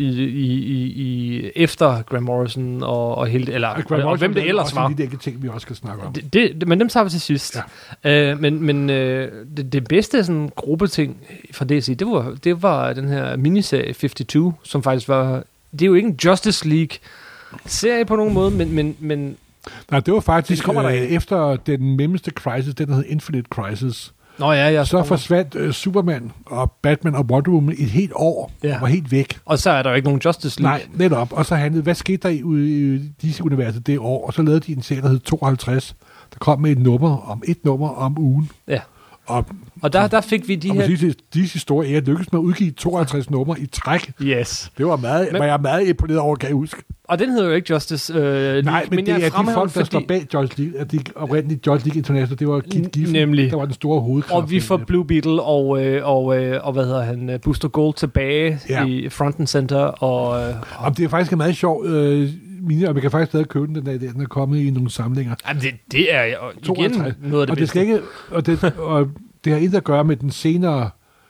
i efter Grant Morrison og helt eller hvem det ellers var. Det er ikke ting vi også skal snakke om. Men dem tager vi til sidst. Ja. Men det bedste sådan gruppeting fra DC, det var den her miniserie 52, som faktisk var, det er jo ikke en Justice League serie på nogen måde, men nej, det var faktisk efter den nemmeste crisis, den der hed Infinite Crisis. Så forsvandt Superman og Batman og Wonder Woman et helt år, og var helt væk. Og så er der jo ikke nogen Justice League. Nej, netop. Og så handlede, hvad skete der i DC-universet det år? Og så lavede de en serie, der hed 52, der kom med et nummer om ugen. Ja. Og der fik vi de her... Disse store ære lykkedes med at udgive 52 numre i træk. Yes. Det var jeg meget imponeret over, kan jeg huske. Og den hedder jo ikke Justice League. Nej, men det er de folk, der står bag Justice League, at de oprindelige Justice League International, det var Kit Giffen, der var den store hovedkraft. Og vi får Blue Beetle og hvad hedder han, Booster Gold tilbage i front and center. Og det er faktisk en meget sjov og man kan faktisk stadig købe den den er kommet i nogle samlinger. Jamen det er igen noget af det bedste. Skal ikke, og det har intet at gøre med den senere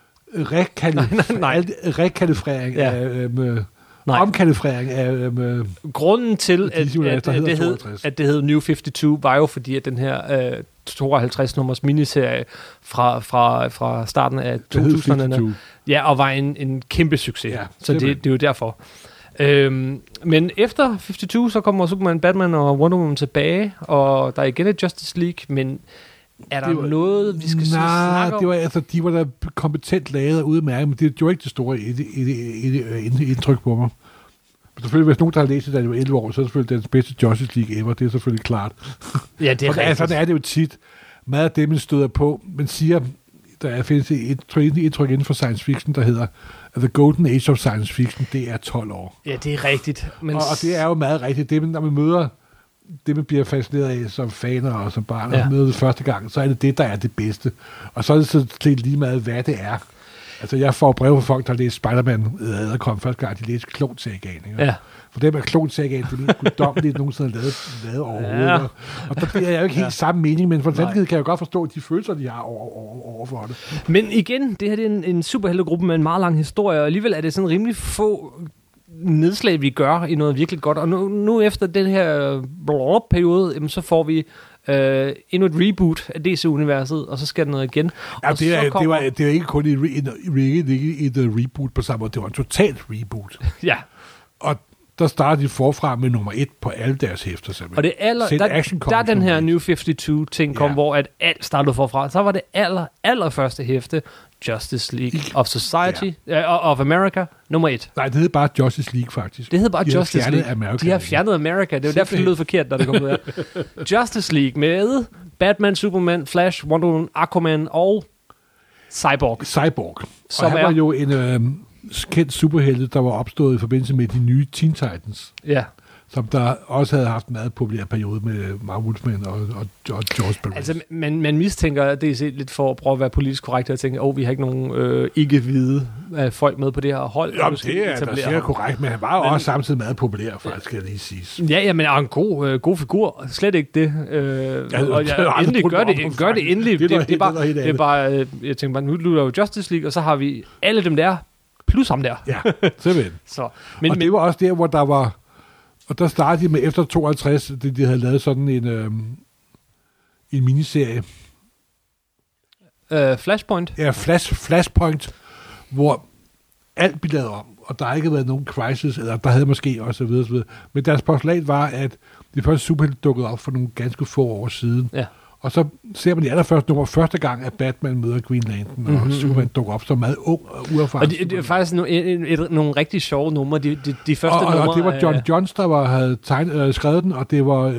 rekalifrering af omkalifrering af grunden til at det hed New 52 var jo fordi at den her 52 nummers miniserie fra starten af 2000'erne og var en kæmpe succes. Ja, så det er jo derfor. Men efter 52 så kommer Superman, Batman og Wonder Woman tilbage, og der er igen et Justice League, men er der noget, vi skal snakke om? Nej, de var da kompetent lavet og udmærket, men det gjorde ikke det store indtryk på mig. Selvfølgelig, hvis nogen, der har læst det, da det var 11 år, så er det selvfølgelig den bedste Justice League ever, det er selvfølgelig klart. Ja, det er rigtigt. Sådan er det jo tit. Meget af det, man støder på, man siger, der findes et indtryk inden for science fiction, der hedder The Golden Age of Science Fiction, det er 12 år. Ja, det er rigtigt. Men... Og det er jo meget rigtigt. Det, når man møder det, man bliver fascineret af som faner og som barn, og møder det første gang, så er det, der er det bedste. Og så er det så til lige meget, hvad det er. Altså, jeg får brev fra folk, der har læst Spider-Man kom første gang, de læste Klon-sagaen. Ja. For dem er Klon-sagaen, det er guddommeligt, nogensinde har lavet overhovedet. Ja. Og der bliver jeg jo ikke helt samme mening, men for den kan jeg jo godt forstå de følelser, de har over for det. Men igen, det her det er en superheltegruppe med en meget lang historie, og alligevel er det sådan rimelig få nedslag, vi gør i noget virkelig godt. Og nu efter den her periode, jamen, så får vi endnu et reboot af DC-universet, og så skal der noget igen. Ja, det er ikke kun et reboot på samme måde, det var en totalt reboot. Ja. Og der starter de forfra med nummer 1 på alle deres hæfter. Simpelthen. Og det der er den her New 52-ting kom, hvor at alt startede forfra. Så var det allerførste hæfte, Justice League of Society, of America, nummer 1. Nej, det hed bare Justice League, faktisk. Det hed bare Justice League. America, de har fjernet America. Det er jo derfor, det lød forkert, når det kom ud af. Justice League med Batman, Superman, Flash, Wonder Woman, Aquaman og Cyborg. Som han var jo en kendt superhelte, der var opstået i forbindelse med de nye Teen Titans. Ja. Som der også havde haft en meget populær periode med Mark Wolfman og George Perez. Altså, man mistænker DC lidt for at prøve at være politisk korrekt og tænke, vi har ikke nogen ikke-hvide folk med på det her hold. Jamen, det er da sikkert korrekt, men han var jo også samtidig meget populær, faktisk, skal jeg lige sige. Ja, men er en god figur. Slet ikke det. Gør det endelig. Det er bare, jeg tænker bare, nu er jo Justice League, og så har vi alle dem der, plus ham der. Ja, simpelthen. Men det var også der, hvor der var. Og der startede de med efter 52, de havde lavet sådan en miniserie. Flashpoint? Ja, Flashpoint, hvor alt blev lavet om, og der har ikke været nogen crisis, eller der havde måske og så videre. Men deres postulat var, at de første superhelte dukkede op for nogle ganske få år siden. Ja. Og så ser man de allerførste nummer første gang, at Batman møder Green Lantern, og Superman dukker op som meget ung og uerfaren. Og det er faktisk nogle rigtig sjove numre, de første numre. Og det var John Johns, der havde skrevet den, og det var...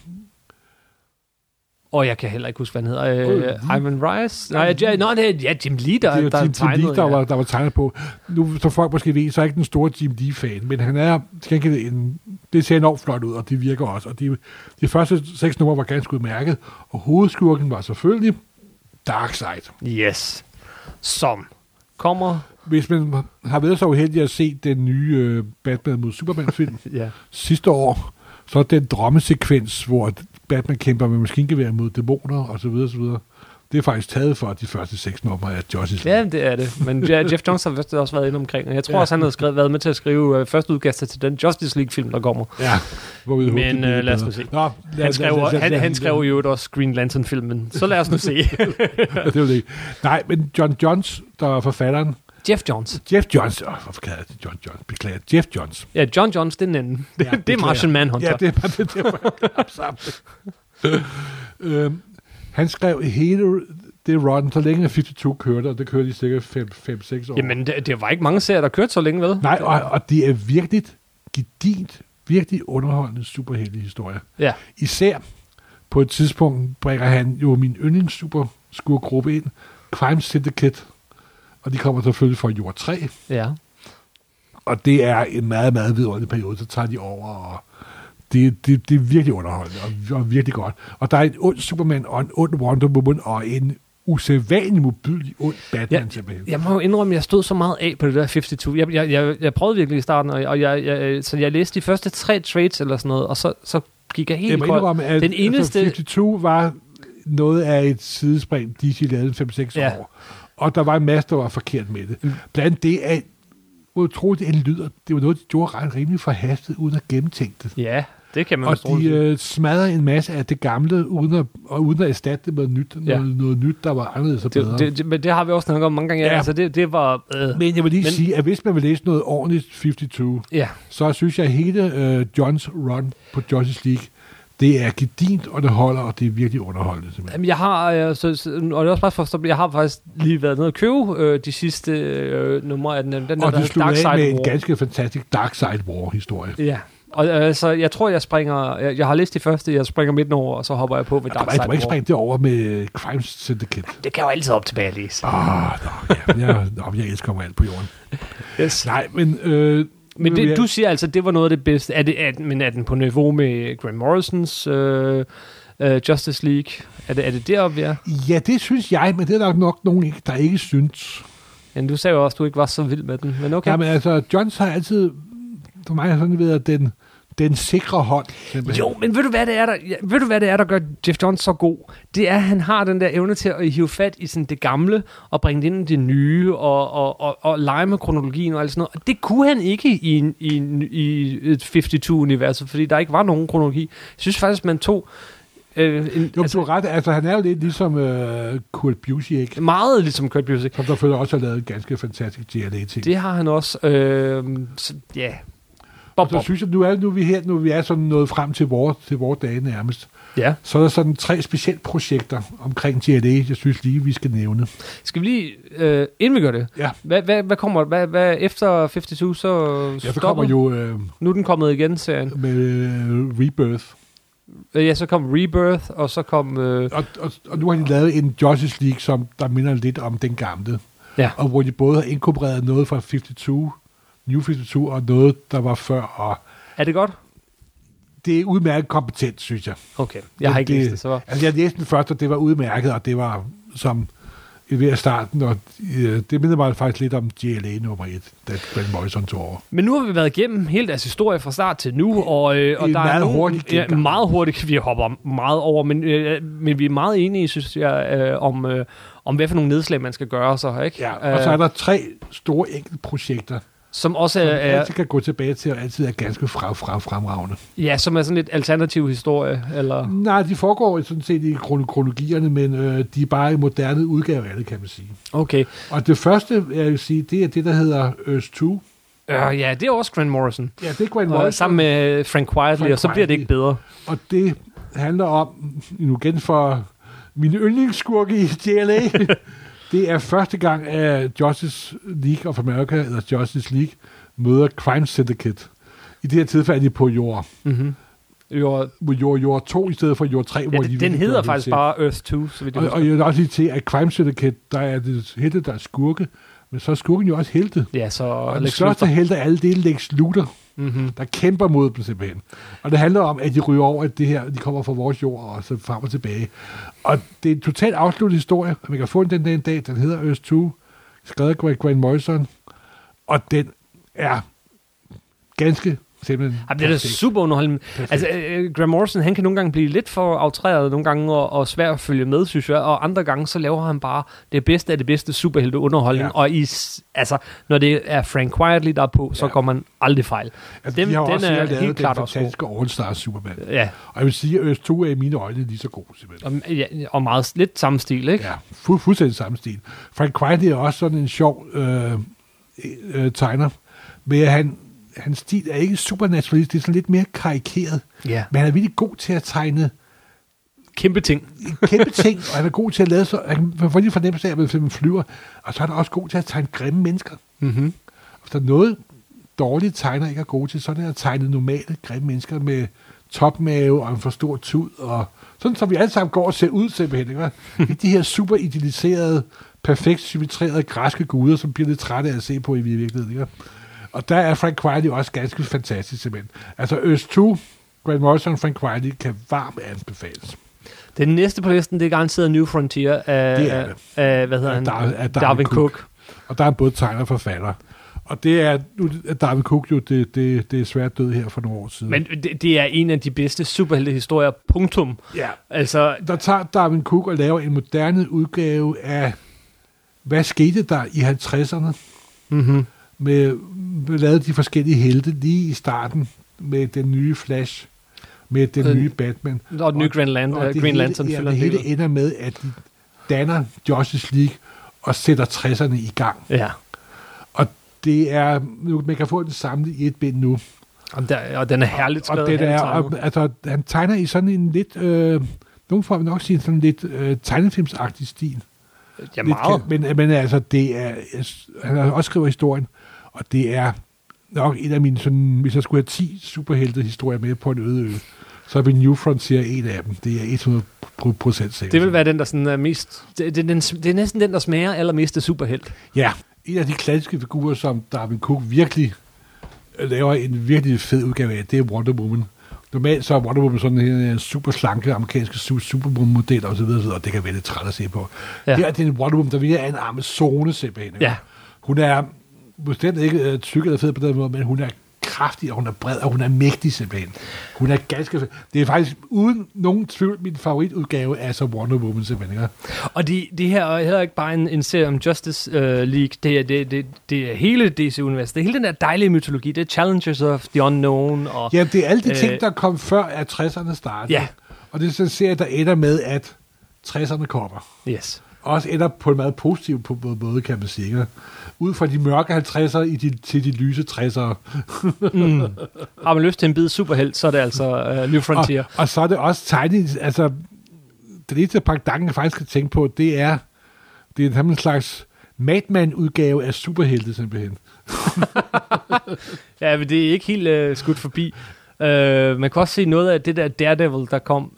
jeg kan heller ikke huske, hvad han hedder. Ivan Rice? Nej, Jim Lee, der tegnede. Der var tegnet på. Nu, så folk måske ved, så er ikke den store Jim Lee-fan, men han er det ser enormt flot ud, og det virker også. Og de første 6 numre var ganske udmærket, og hovedskurken var selvfølgelig Darkseid. Yes. Som kommer... Hvis man har været så uheldig at se den nye Batman mod Superman-film sidste år, så er den drømmesekvens, hvor Batman kæmper med maskingevær mod dæmoner, og så videre, så videre. Det er faktisk taget for de første 6 numre af Justice League. Ja, det er det. Men Jeff Johns har også været inde omkring, og jeg tror også, han har været med til at skrive første udkast til den Justice League-film, der kommer. Ja. Men lad os nu se. Han skrev jo også Green Lantern-filmen, så lad os nu se. Det er det. Nej, men John Johns, der var forfatteren. Jeff Johns. Hvorfor kalder jeg det John Johns? Beklager. Jeff Johns. Ja, John Johns, det er den anden. Det er Martian Manhunter. Ja, det er sammen. Han skrev hele det run, så længe 52 kørte, og det kørte i sikkert 5-6 år. Jamen, det var ikke mange serier, der kørte så længe, vel? Nej, og det er virkelig gedint, virkelig underholdende superheltehistorie. Ja. Især på et tidspunkt bringer han jo min yndlingssuperskurgruppe ind, Crime Syndicate, og de kommer selvfølgelig fra Jord 3. Ja. Og det er en meget, meget vidunderlig periode, så tager de over, og det er virkelig underholdende, og virkelig godt. Og der er en ond Superman, og en ond Wonder Woman, og en usædvanlig modbydelig ond Batman. Jeg må jo indrømme, at jeg stod så meget af på det der 52. Jeg prøvede virkelig i starten, så jeg læste de første 3 trades eller sådan noget, og så gik jeg helt kold. Den eneste... 52 var noget af et sidespring, DC lavede 5-6 år. Og der var en masse, der var forkert med det. Blandt det er, hvor utroligt det lyder, det var noget, de gjorde rimelig forhastet, uden at gennemtænke det. Ja, det kan man også. Og de smadrede en masse af det gamle, uden at erstatte det med noget nyt, der var anderledes og bedre. Men det har vi også snakket om mange gange. Ja. Altså, det var... Men jeg vil lige sige, at hvis man vil læse noget ordentligt 52, så synes jeg, at hele Johns run på Justice League, det er gedint, og det holder, og det er virkelig underholdende. Jamen, jeg har, og det er også bare forstået, jeg har faktisk lige været nede og købe de sidste numre af den og der du slutter af med en ganske fantastisk Darkseid War-historie. Ja, og så jeg tror, jeg springer, jeg har læst de første, jeg springer midten over, og så hopper jeg på ved Darkseid War. Du må ikke springe det over med Crime Syndicate. Det kan jo altid op tilbage at læse. Jeg elsker mig alt på jorden. Yes. Nej, men... Men det, du siger altså, det var noget af det bedste. Men er den på niveau med Grant Morrisons Justice League? Er det deroppe, vi er? Ja, det synes jeg, men det er nok nogen, der ikke synes. Men du sagde jo også, at du ikke var så vild med den. Men okay. Ja, men altså, Johns har altid, for mig har sådan været den sikre hånd. Simpelthen. Jo, men ved du hvad det er, der gør Jeff Johns så god? Det er, at han har den der evne til at hive fat i sådan det gamle, og bringe det ind i det nye, og lege med kronologien og alt sådan noget. Og det kunne han ikke i et 52-universet, fordi der ikke var nogen kronologi. Jeg synes faktisk, man tog... du har ret. Altså, han er jo lidt ligesom Kurt Busiek. Meget ligesom Kurt Busiek. Som der følger også har lavet en ganske fantastisk GLA-ting. Det har han også. Ja... Så synes jeg, nu er vi er sådan nået frem til vores dage nærmest. Ja. Så er der sådan 3 specielle projekter omkring GLA, jeg synes lige, vi skal nævne. Skal vi lige, inden vi gør det, Ja. hvad kommer, hvad efter 52 så Ja, så kommer jo nu er den kommet igen, serien. med Rebirth. Ja, så kom Rebirth, og så kom... Og nu har de lavet en Justice League, der minder lidt om den gamle. Ja. Og hvor de både har inkorporeret noget fra 52, New 52, og noget, der var før. Og Er det godt? det er udmærket kompetent, synes jeg. Okay, jeg har ikke læst det, så... Altså, jeg læste den først, og det var udmærket, og det var som ved at starten, og det minder mig faktisk lidt om GLA nummer 1, da Grant Morrison tog over. Men nu har vi været igennem hele deres historie fra start til nu, og der er meget hurtigt. Ja, meget hurtigt. Vi hopper meget over, men vi er meget enige, synes jeg, om hvad for nogle nedslag, man skal gøre så, ikke? Ja, og så er der 3 store enkeltprojekter, som også som er... altid kan gå tilbage til, og altid er ganske fremragende. Ja, som er sådan lidt alternativ historie, eller... Nej, de foregår sådan set i kronologierne, men de er bare i moderne udgave af det, kan man sige. Okay. Og det første, jeg vil sige, det er det, der hedder Earth 2. Ja, det er også Grant Morrison. Ja, det er Grant Morrison. Sammen med Frank Quitely, og så bliver det ikke bedre. Og det handler om, nu igen for mine yndlingsskurke i GLA, det er første gang, at Justice League of America, eller Justice League, møder Crime Syndicate. I det her tilfælde er de på jord. Mm-hmm. Jord 2 i stedet for jord 3. Ja, hvor den hedder faktisk til. Bare Earth 2. Så vidt og jeg vil også lige til, at Crime Syndicate, der er det helte, der er skurke, men så er skurken jo også helte. Ja, så og den største helte af alle, det er Lex Luthor, der kæmper mod dem simpelthen. Og det handler om, at de ryger over, at det her, de kommer fra vores jord, og så frem og tilbage. Og det er en totalt afsluttet historie, og man kan få den en dag, den hedder Earth 2, skrevet af Grant Morrison, og den er ganske simpelthen... Ja, det er super underholdende. Altså, Grant Morrison, han kan nogle gange blive lidt for outreret nogle gange, og svær at følge med, synes jeg, og andre gange, så laver han bare det bedste af det bedste superhelte underholdning, og når det er Frank Quitely, der er på, så går man aldrig fejl. Altså, de har også helt klart den fantastiske All-Star Superman. Ja. Og jeg vil sige, at Earth 2 er i mine øjne lige så god, simpelthen. Og meget lidt samme stil, ikke? Ja, fuldstændig samme stil. Frank Quitely er også sådan en sjov tegner, men hans stil er ikke supernaturalist, det er sådan lidt mere karikeret. Yeah. Men han er virkelig god til at tegne kæmpe ting, og han er god til at lave så, han får lige fornemmelse af, at man flyver, og så er han også god til at tegne grimme mennesker. Mm-hmm. Hvis der er noget dårlige tegner ikke er gode til, så er det at tegne normale, grimme mennesker med topmave og en for stor tud, og sådan, så vi alle sammen går og ser ud simpelthen, ikke? De her super idealiserede, perfekt symmetrerede græske guder, som bliver lidt trætte af at se på i virkeligheden, ikke? Og der er Frank Quitely også ganske fantastisk, simpelthen. Altså, Earth 2, Grant Morrison og Frank Quitely kan varmt anbefales. Den næste på listen, det er garanteret New Frontier af hvad hedder han? Darwin Cook. Og der er både tegner og forfatter. Og det er, nu Darwin Cook jo, det er svært død her for nogle år siden. Men det er en af de bedste superheltehistorier, punktum. Ja, altså, der tager Darwin Cook og laver en moderne udgave af, hvad skete der i 50'erne? Mhm. Med lavet de forskellige helte lige i starten med den nye Flash, med den nye Batman. Og den nye Green Lantern. Det hele ender med, at de danner Justice League og sætter 60'erne i gang. Ja. Og det er, man kan få den samlet i et bind nu. Og den er herligt skrevet. Han tegner i sådan en lidt, nogen får nok sige sådan lidt tegnefilmsagtig stil. Ja, meget. Men altså, det er, han har også skrevet historien, og det er nok en af mine, sådan, hvis jeg skulle have 10 superheltehistorier med på en øde ø, så er New Frontier en af dem. Det er 100% sikkert. Det vil være den, der sådan er mest... Det er næsten den, der smager allermest af superhelt. Ja, en af de klassiske figurer, som Darwin Cook virkelig laver en virkelig fed udgave af, det er Wonder Woman. Normalt så er Wonder Woman sådan en super slanke amerikanske Superwoman-model og så videre, og det kan være lidt træt at se på. Ja. Her er det en Wonder Woman, der virkelig er en Amazone simpelthen. Ja. Hun er bestemt ikke tyk eller fed på den måde, men hun er kraftig, og hun er bred, og hun er mægtig simpelthen. Hun er ganske... Det er faktisk uden nogen tvivl min favoritudgave af så Wonder Woman simpelthen. Og det her er heller ikke bare en serie om Justice League. Det er hele DC-universet. Det er hele den der dejlige mytologi. Det er Challengers of the Unknown. Og, ja, det er alle de ting, der kom før, at 60'erne startede. Ja. Og det er sådan en serie, der ender med, at 60'erne kommer. Yes. også ender på en meget positiv måde, kan man sige. Ud fra de mørke 50'ere til de lyse 60'ere. Har man lyst til en bid superhelt, så er det altså New Frontier. Og så er det også tegnet, altså det eneste pendant, jeg faktisk skal tænke på, det er en slags Madman-udgave af superhelte, simpelthen. Ja, men det er ikke helt skudt forbi. Man kan også se noget af det der Daredevil, der kom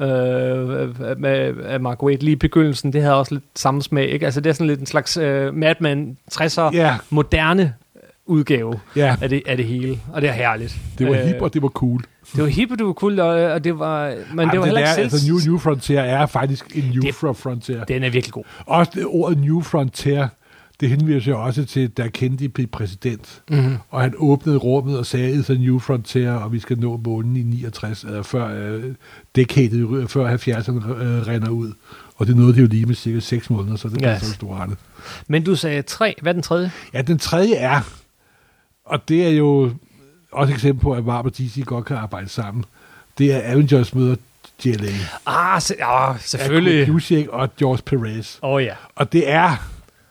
med Mark Waid lige i begyndelsen. Det havde også lidt samme smag, ikke? Altså det er sådan lidt en slags Madman 60'er moderne udgave af det hele, og det er herligt. Det var hip, og det var cool. Det var hip, og det var cool, og det var... Men det var heller ikke selv... Altså New Frontier er faktisk en New Frontier. Den er virkelig god. Også det ordet New Frontier, det henviser sig også til, da Kennedy blev præsident. Mm-hmm. Og han åbnede rummet og sagde, it's a new frontier, og vi skal nå månen i 69, før dekadet, før 70'erne render ud. Og det nåede det jo lige med cirka 6 måneder, så det er så stort. Men du sagde 3. Hvad er den tredje? Ja, den tredje er, og det er jo også et eksempel på, at Marvel og DC godt kan arbejde sammen. Det er Avengers møder JLA. Selvfølgelig. Busiek og George Perez. Ja. Og det er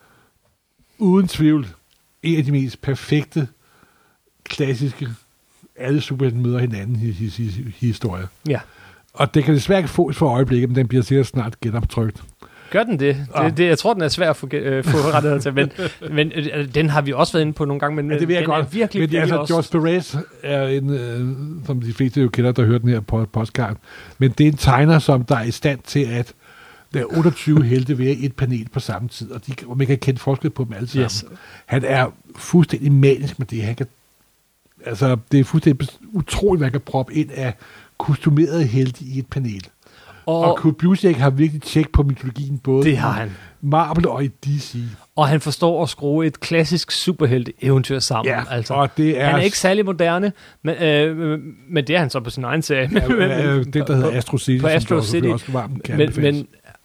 uden tvivl en af de mest perfekte, klassiske, alle superhelte møder hinanden historier. Ja. Og det kan desværre ikke fås for øjeblikket, men den bliver sikkert snart genoptrykt. Gør den det? Jeg tror, den er svær at få rettigheder til, men den har vi også været inde på nogle gange, men det vil jeg den godt. Er virkelig altså, også... George Perez er en, som de fleste jo kender, der hører den her podcast, men det er en tegner, som der er i stand til at der er 28 helte ved et panel på samme tid, og man kan kende forskel på dem alle sammen. Yes. Han er fuldstændig manisk med det. Han kan, altså, det er fuldstændig utroligt, hvad han kan proppe ind af kostumerede helte i et panel. Og Kurt Busiek har virkelig tjek på mytologien, både det har han. Marvel og i DC. Og han forstår at skrue et klassisk superhelte-eventyr sammen. Ja, altså. Og det er... Han er ikke særlig moderne, men det er han så på sin egen serie. Den, der hedder Astro City, på Astro City. Også varmt kan anbefales.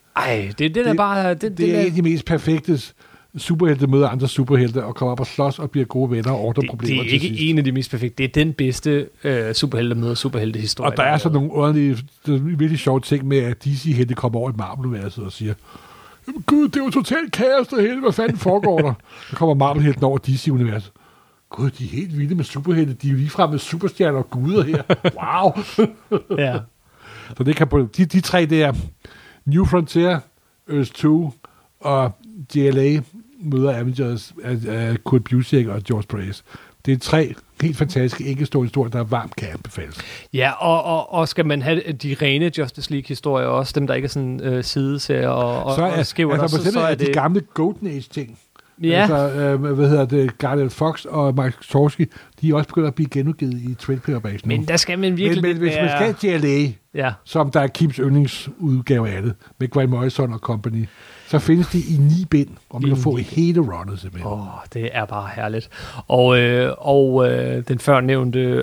Det er bare... Det er en af de mest perfekte superhelte møder andre superhelte og kommer op og slås og bliver gode venner og ordner problemer til sidst. Det er ikke en af de mest perfekte. Det er den bedste superhelte møder superhelte-historie. Og der er så nogle ordentlige, virkelig sjove ting med, at DC-helte kommer over i Marvel-universet og siger, gud, det er jo totalt kaos det hele. Hvad fanden foregår der? Så kommer Marvel-helten over DC-universet. Gud, de er helt vilde med superhelte. De er jo ligefrem med superstjerner og guder her. Wow! Ja. Så det kan på de tre der, New Frontier, Earth 2 og JLA møder Avengers af Kurt Busiek og George Perez. Det er 3 helt fantastiske enkeltstående historier, der varmt kan anbefales. Ja, og skal man have de rene Justice League-historier også, dem der ikke er sådan sideserier og skæver, altså, så er det de gamle Golden Age-ting. Ja. Altså, Guardian Fox og Mike Wazowski, de er også begyndt at blive genudgivet i trade paperbacks nu. Men der skal man virkelig... Men hvis man skal JLA, som der er Kims yndlingsudgave af det, med Grant Morrison og company, så findes de i 9 bind, og man kan få hele runnet simpelthen. Det er bare herligt. Og den før nævnte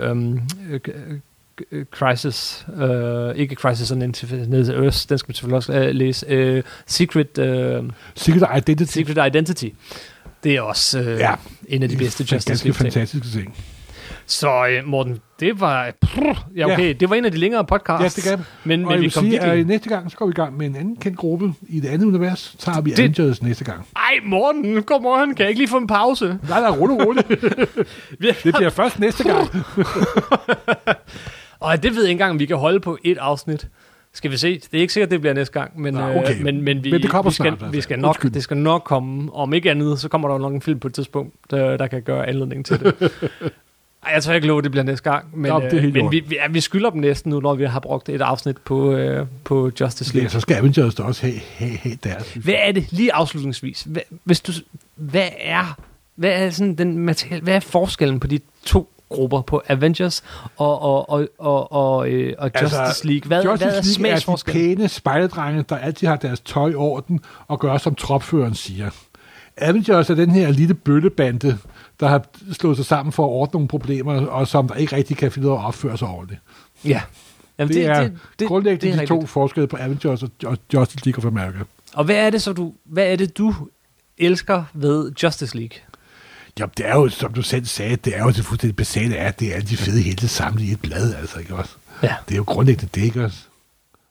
Crisis, ikke Crisis on Infinite Earth, den skal man selvfølgelig også læse. Secret Identity. Det er også en af de bedste Justice League. Fantastiske ting. Så Morten, det var det var en af de længere podcasts. Ja, det kan. Men vi kom sige, næste gang så går vi i gang med en anden kendt gruppe i det andet univers. Så tager vi Avengers næste gang. Ej, Morten, kom on, kan jeg ikke lige få en pause? Nej, roligt. Det bliver først næste gang. Og det ved jeg ikke engang, om vi kan holde på et afsnit. Skal vi se? Det er ikke sikkert, det bliver næste gang, men det kommer snart. Det skal nok komme. Om ikke andet, så kommer der nok en film på et tidspunkt, der kan gøre anledning til det. Ej, jeg tror ikke love, det bliver næste gang, men vi skylder dem næsten nu, når vi har brugt et afsnit på Justice League. Ja, så skal Avengers da også have deres. Hvad er det, lige afslutningsvis? Hvad er sådan den materiale? Hvad er forskellen på de to grupper på Avengers og Justice League? Hvad er smagsforskellen? Er de pæne spejledrenge, der altid har deres tøj i orden og gør, som tropføreren siger. Avengers er den her lille bøllebande, der har slået sig sammen for at ordne nogle problemer, og som der ikke rigtig kan finde ud af at opføre sig ordentligt. Ja. Jamen, det er grundlæggende de to forskelle på Avengers og Justice League of America. Og hvad er det, du elsker ved Justice League? Ja, det er jo, som du selv sagde, det er jo det fuldstændig basale af, at det er alle de fede helte samlet i et blad, altså, ikke også? Ja. Det er jo grundlæggende det, ikke også?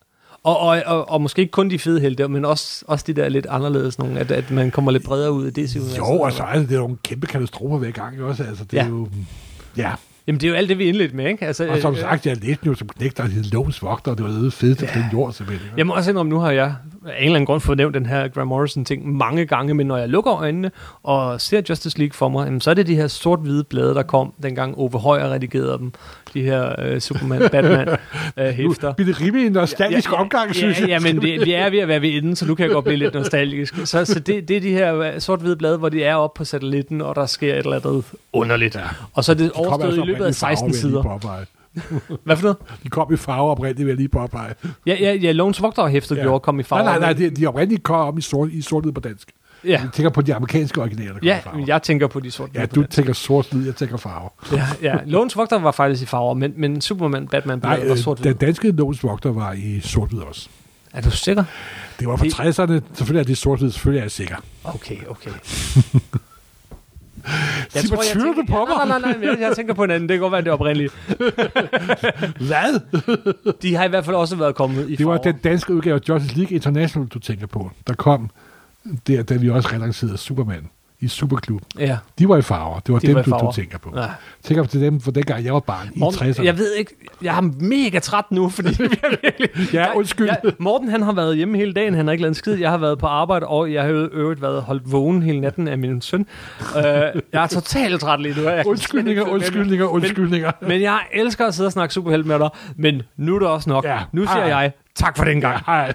Og måske ikke kun de fede helte, men også de der lidt anderledes nogle, at man kommer lidt bredere ud af det. Jo, og så er det nogle kæmpe katastrofer hver gang også. Altså, det er jo... Ja. Jamen, det er jo alt det, vi indledte med, ikke? Altså, og som sagt, jeg læste jo som knægter, at det lovens vogter, og det var det fedeste på den jord, simpelthen. Jeg må også indrømme, nu har jeg af en eller anden grund fået nævnt den her Grant Morrison-ting mange gange, men når jeg lukker øjnene og ser Justice League for mig, jamen, så er det de her sort-hvide blade, der kom, dengang Ove Højer redigerede dem. De her Superman, Batman hæfter. Det er rimelig en nostalgisk omgang, synes jeg. Ja, men vi er ved at være ved enden, så nu kan jeg godt blive lidt nostalgisk. Så det er de her sort-hvide blade, hvor de er oppe på satellitten, og der sker et eller andet underligt. Ja. Og så er det overstået i løbet af 16 sider. Hvad for noget? De kom i farve oprindeligt, vil jeg lige påpege. Ja, Lovens Vogter hæftet gjorde kom i farve. Nej, de oprindeligt kom op i sort-hvid på dansk. Ja. Jeg tænker på de amerikanske originaler, der kom i farve. Ja, jeg tænker på de sorte. Ja, du tænker sort-hvid, jeg tænker farve. Ja. Lovens Vogter var faktisk i farver, men Superman, Batman var sort-hvid. Den danske Lovens Vogter var i sort-hvid også. Er du sikker? Det var fra 60'erne. Selvfølgelig er det sort-hvid, selvfølgelig er jeg sikker. Okay. Jeg tvivler du på mig? Nej, jeg tænker på en anden. Det kan godt være, det er oprindeligt. Hvad? De har i hvert fald også været kommet i Det var den danske udgave af Justice League International, du tænker på. Der kom der, da vi også relancerede Superman i Superklub. Ja. De var i farver. Det var dem, du tænker på. Ja. Tænker på dem, for dengang jeg var barn i 60'erne. Jeg ved ikke, jeg er mega træt nu, fordi undskyld. Morten, han har været hjemme hele dagen, han har ikke lavet en skid. Jeg har været på arbejde, og jeg har øvrigt været holdt vågen hele natten af min søn. Jeg er totalt træt lige nu. Undskyldninger. Men jeg elsker at sidde og snakke superhelt med dig, men nu er det også nok. Ja. Nu siger jeg tak for den gang. Ja, hej.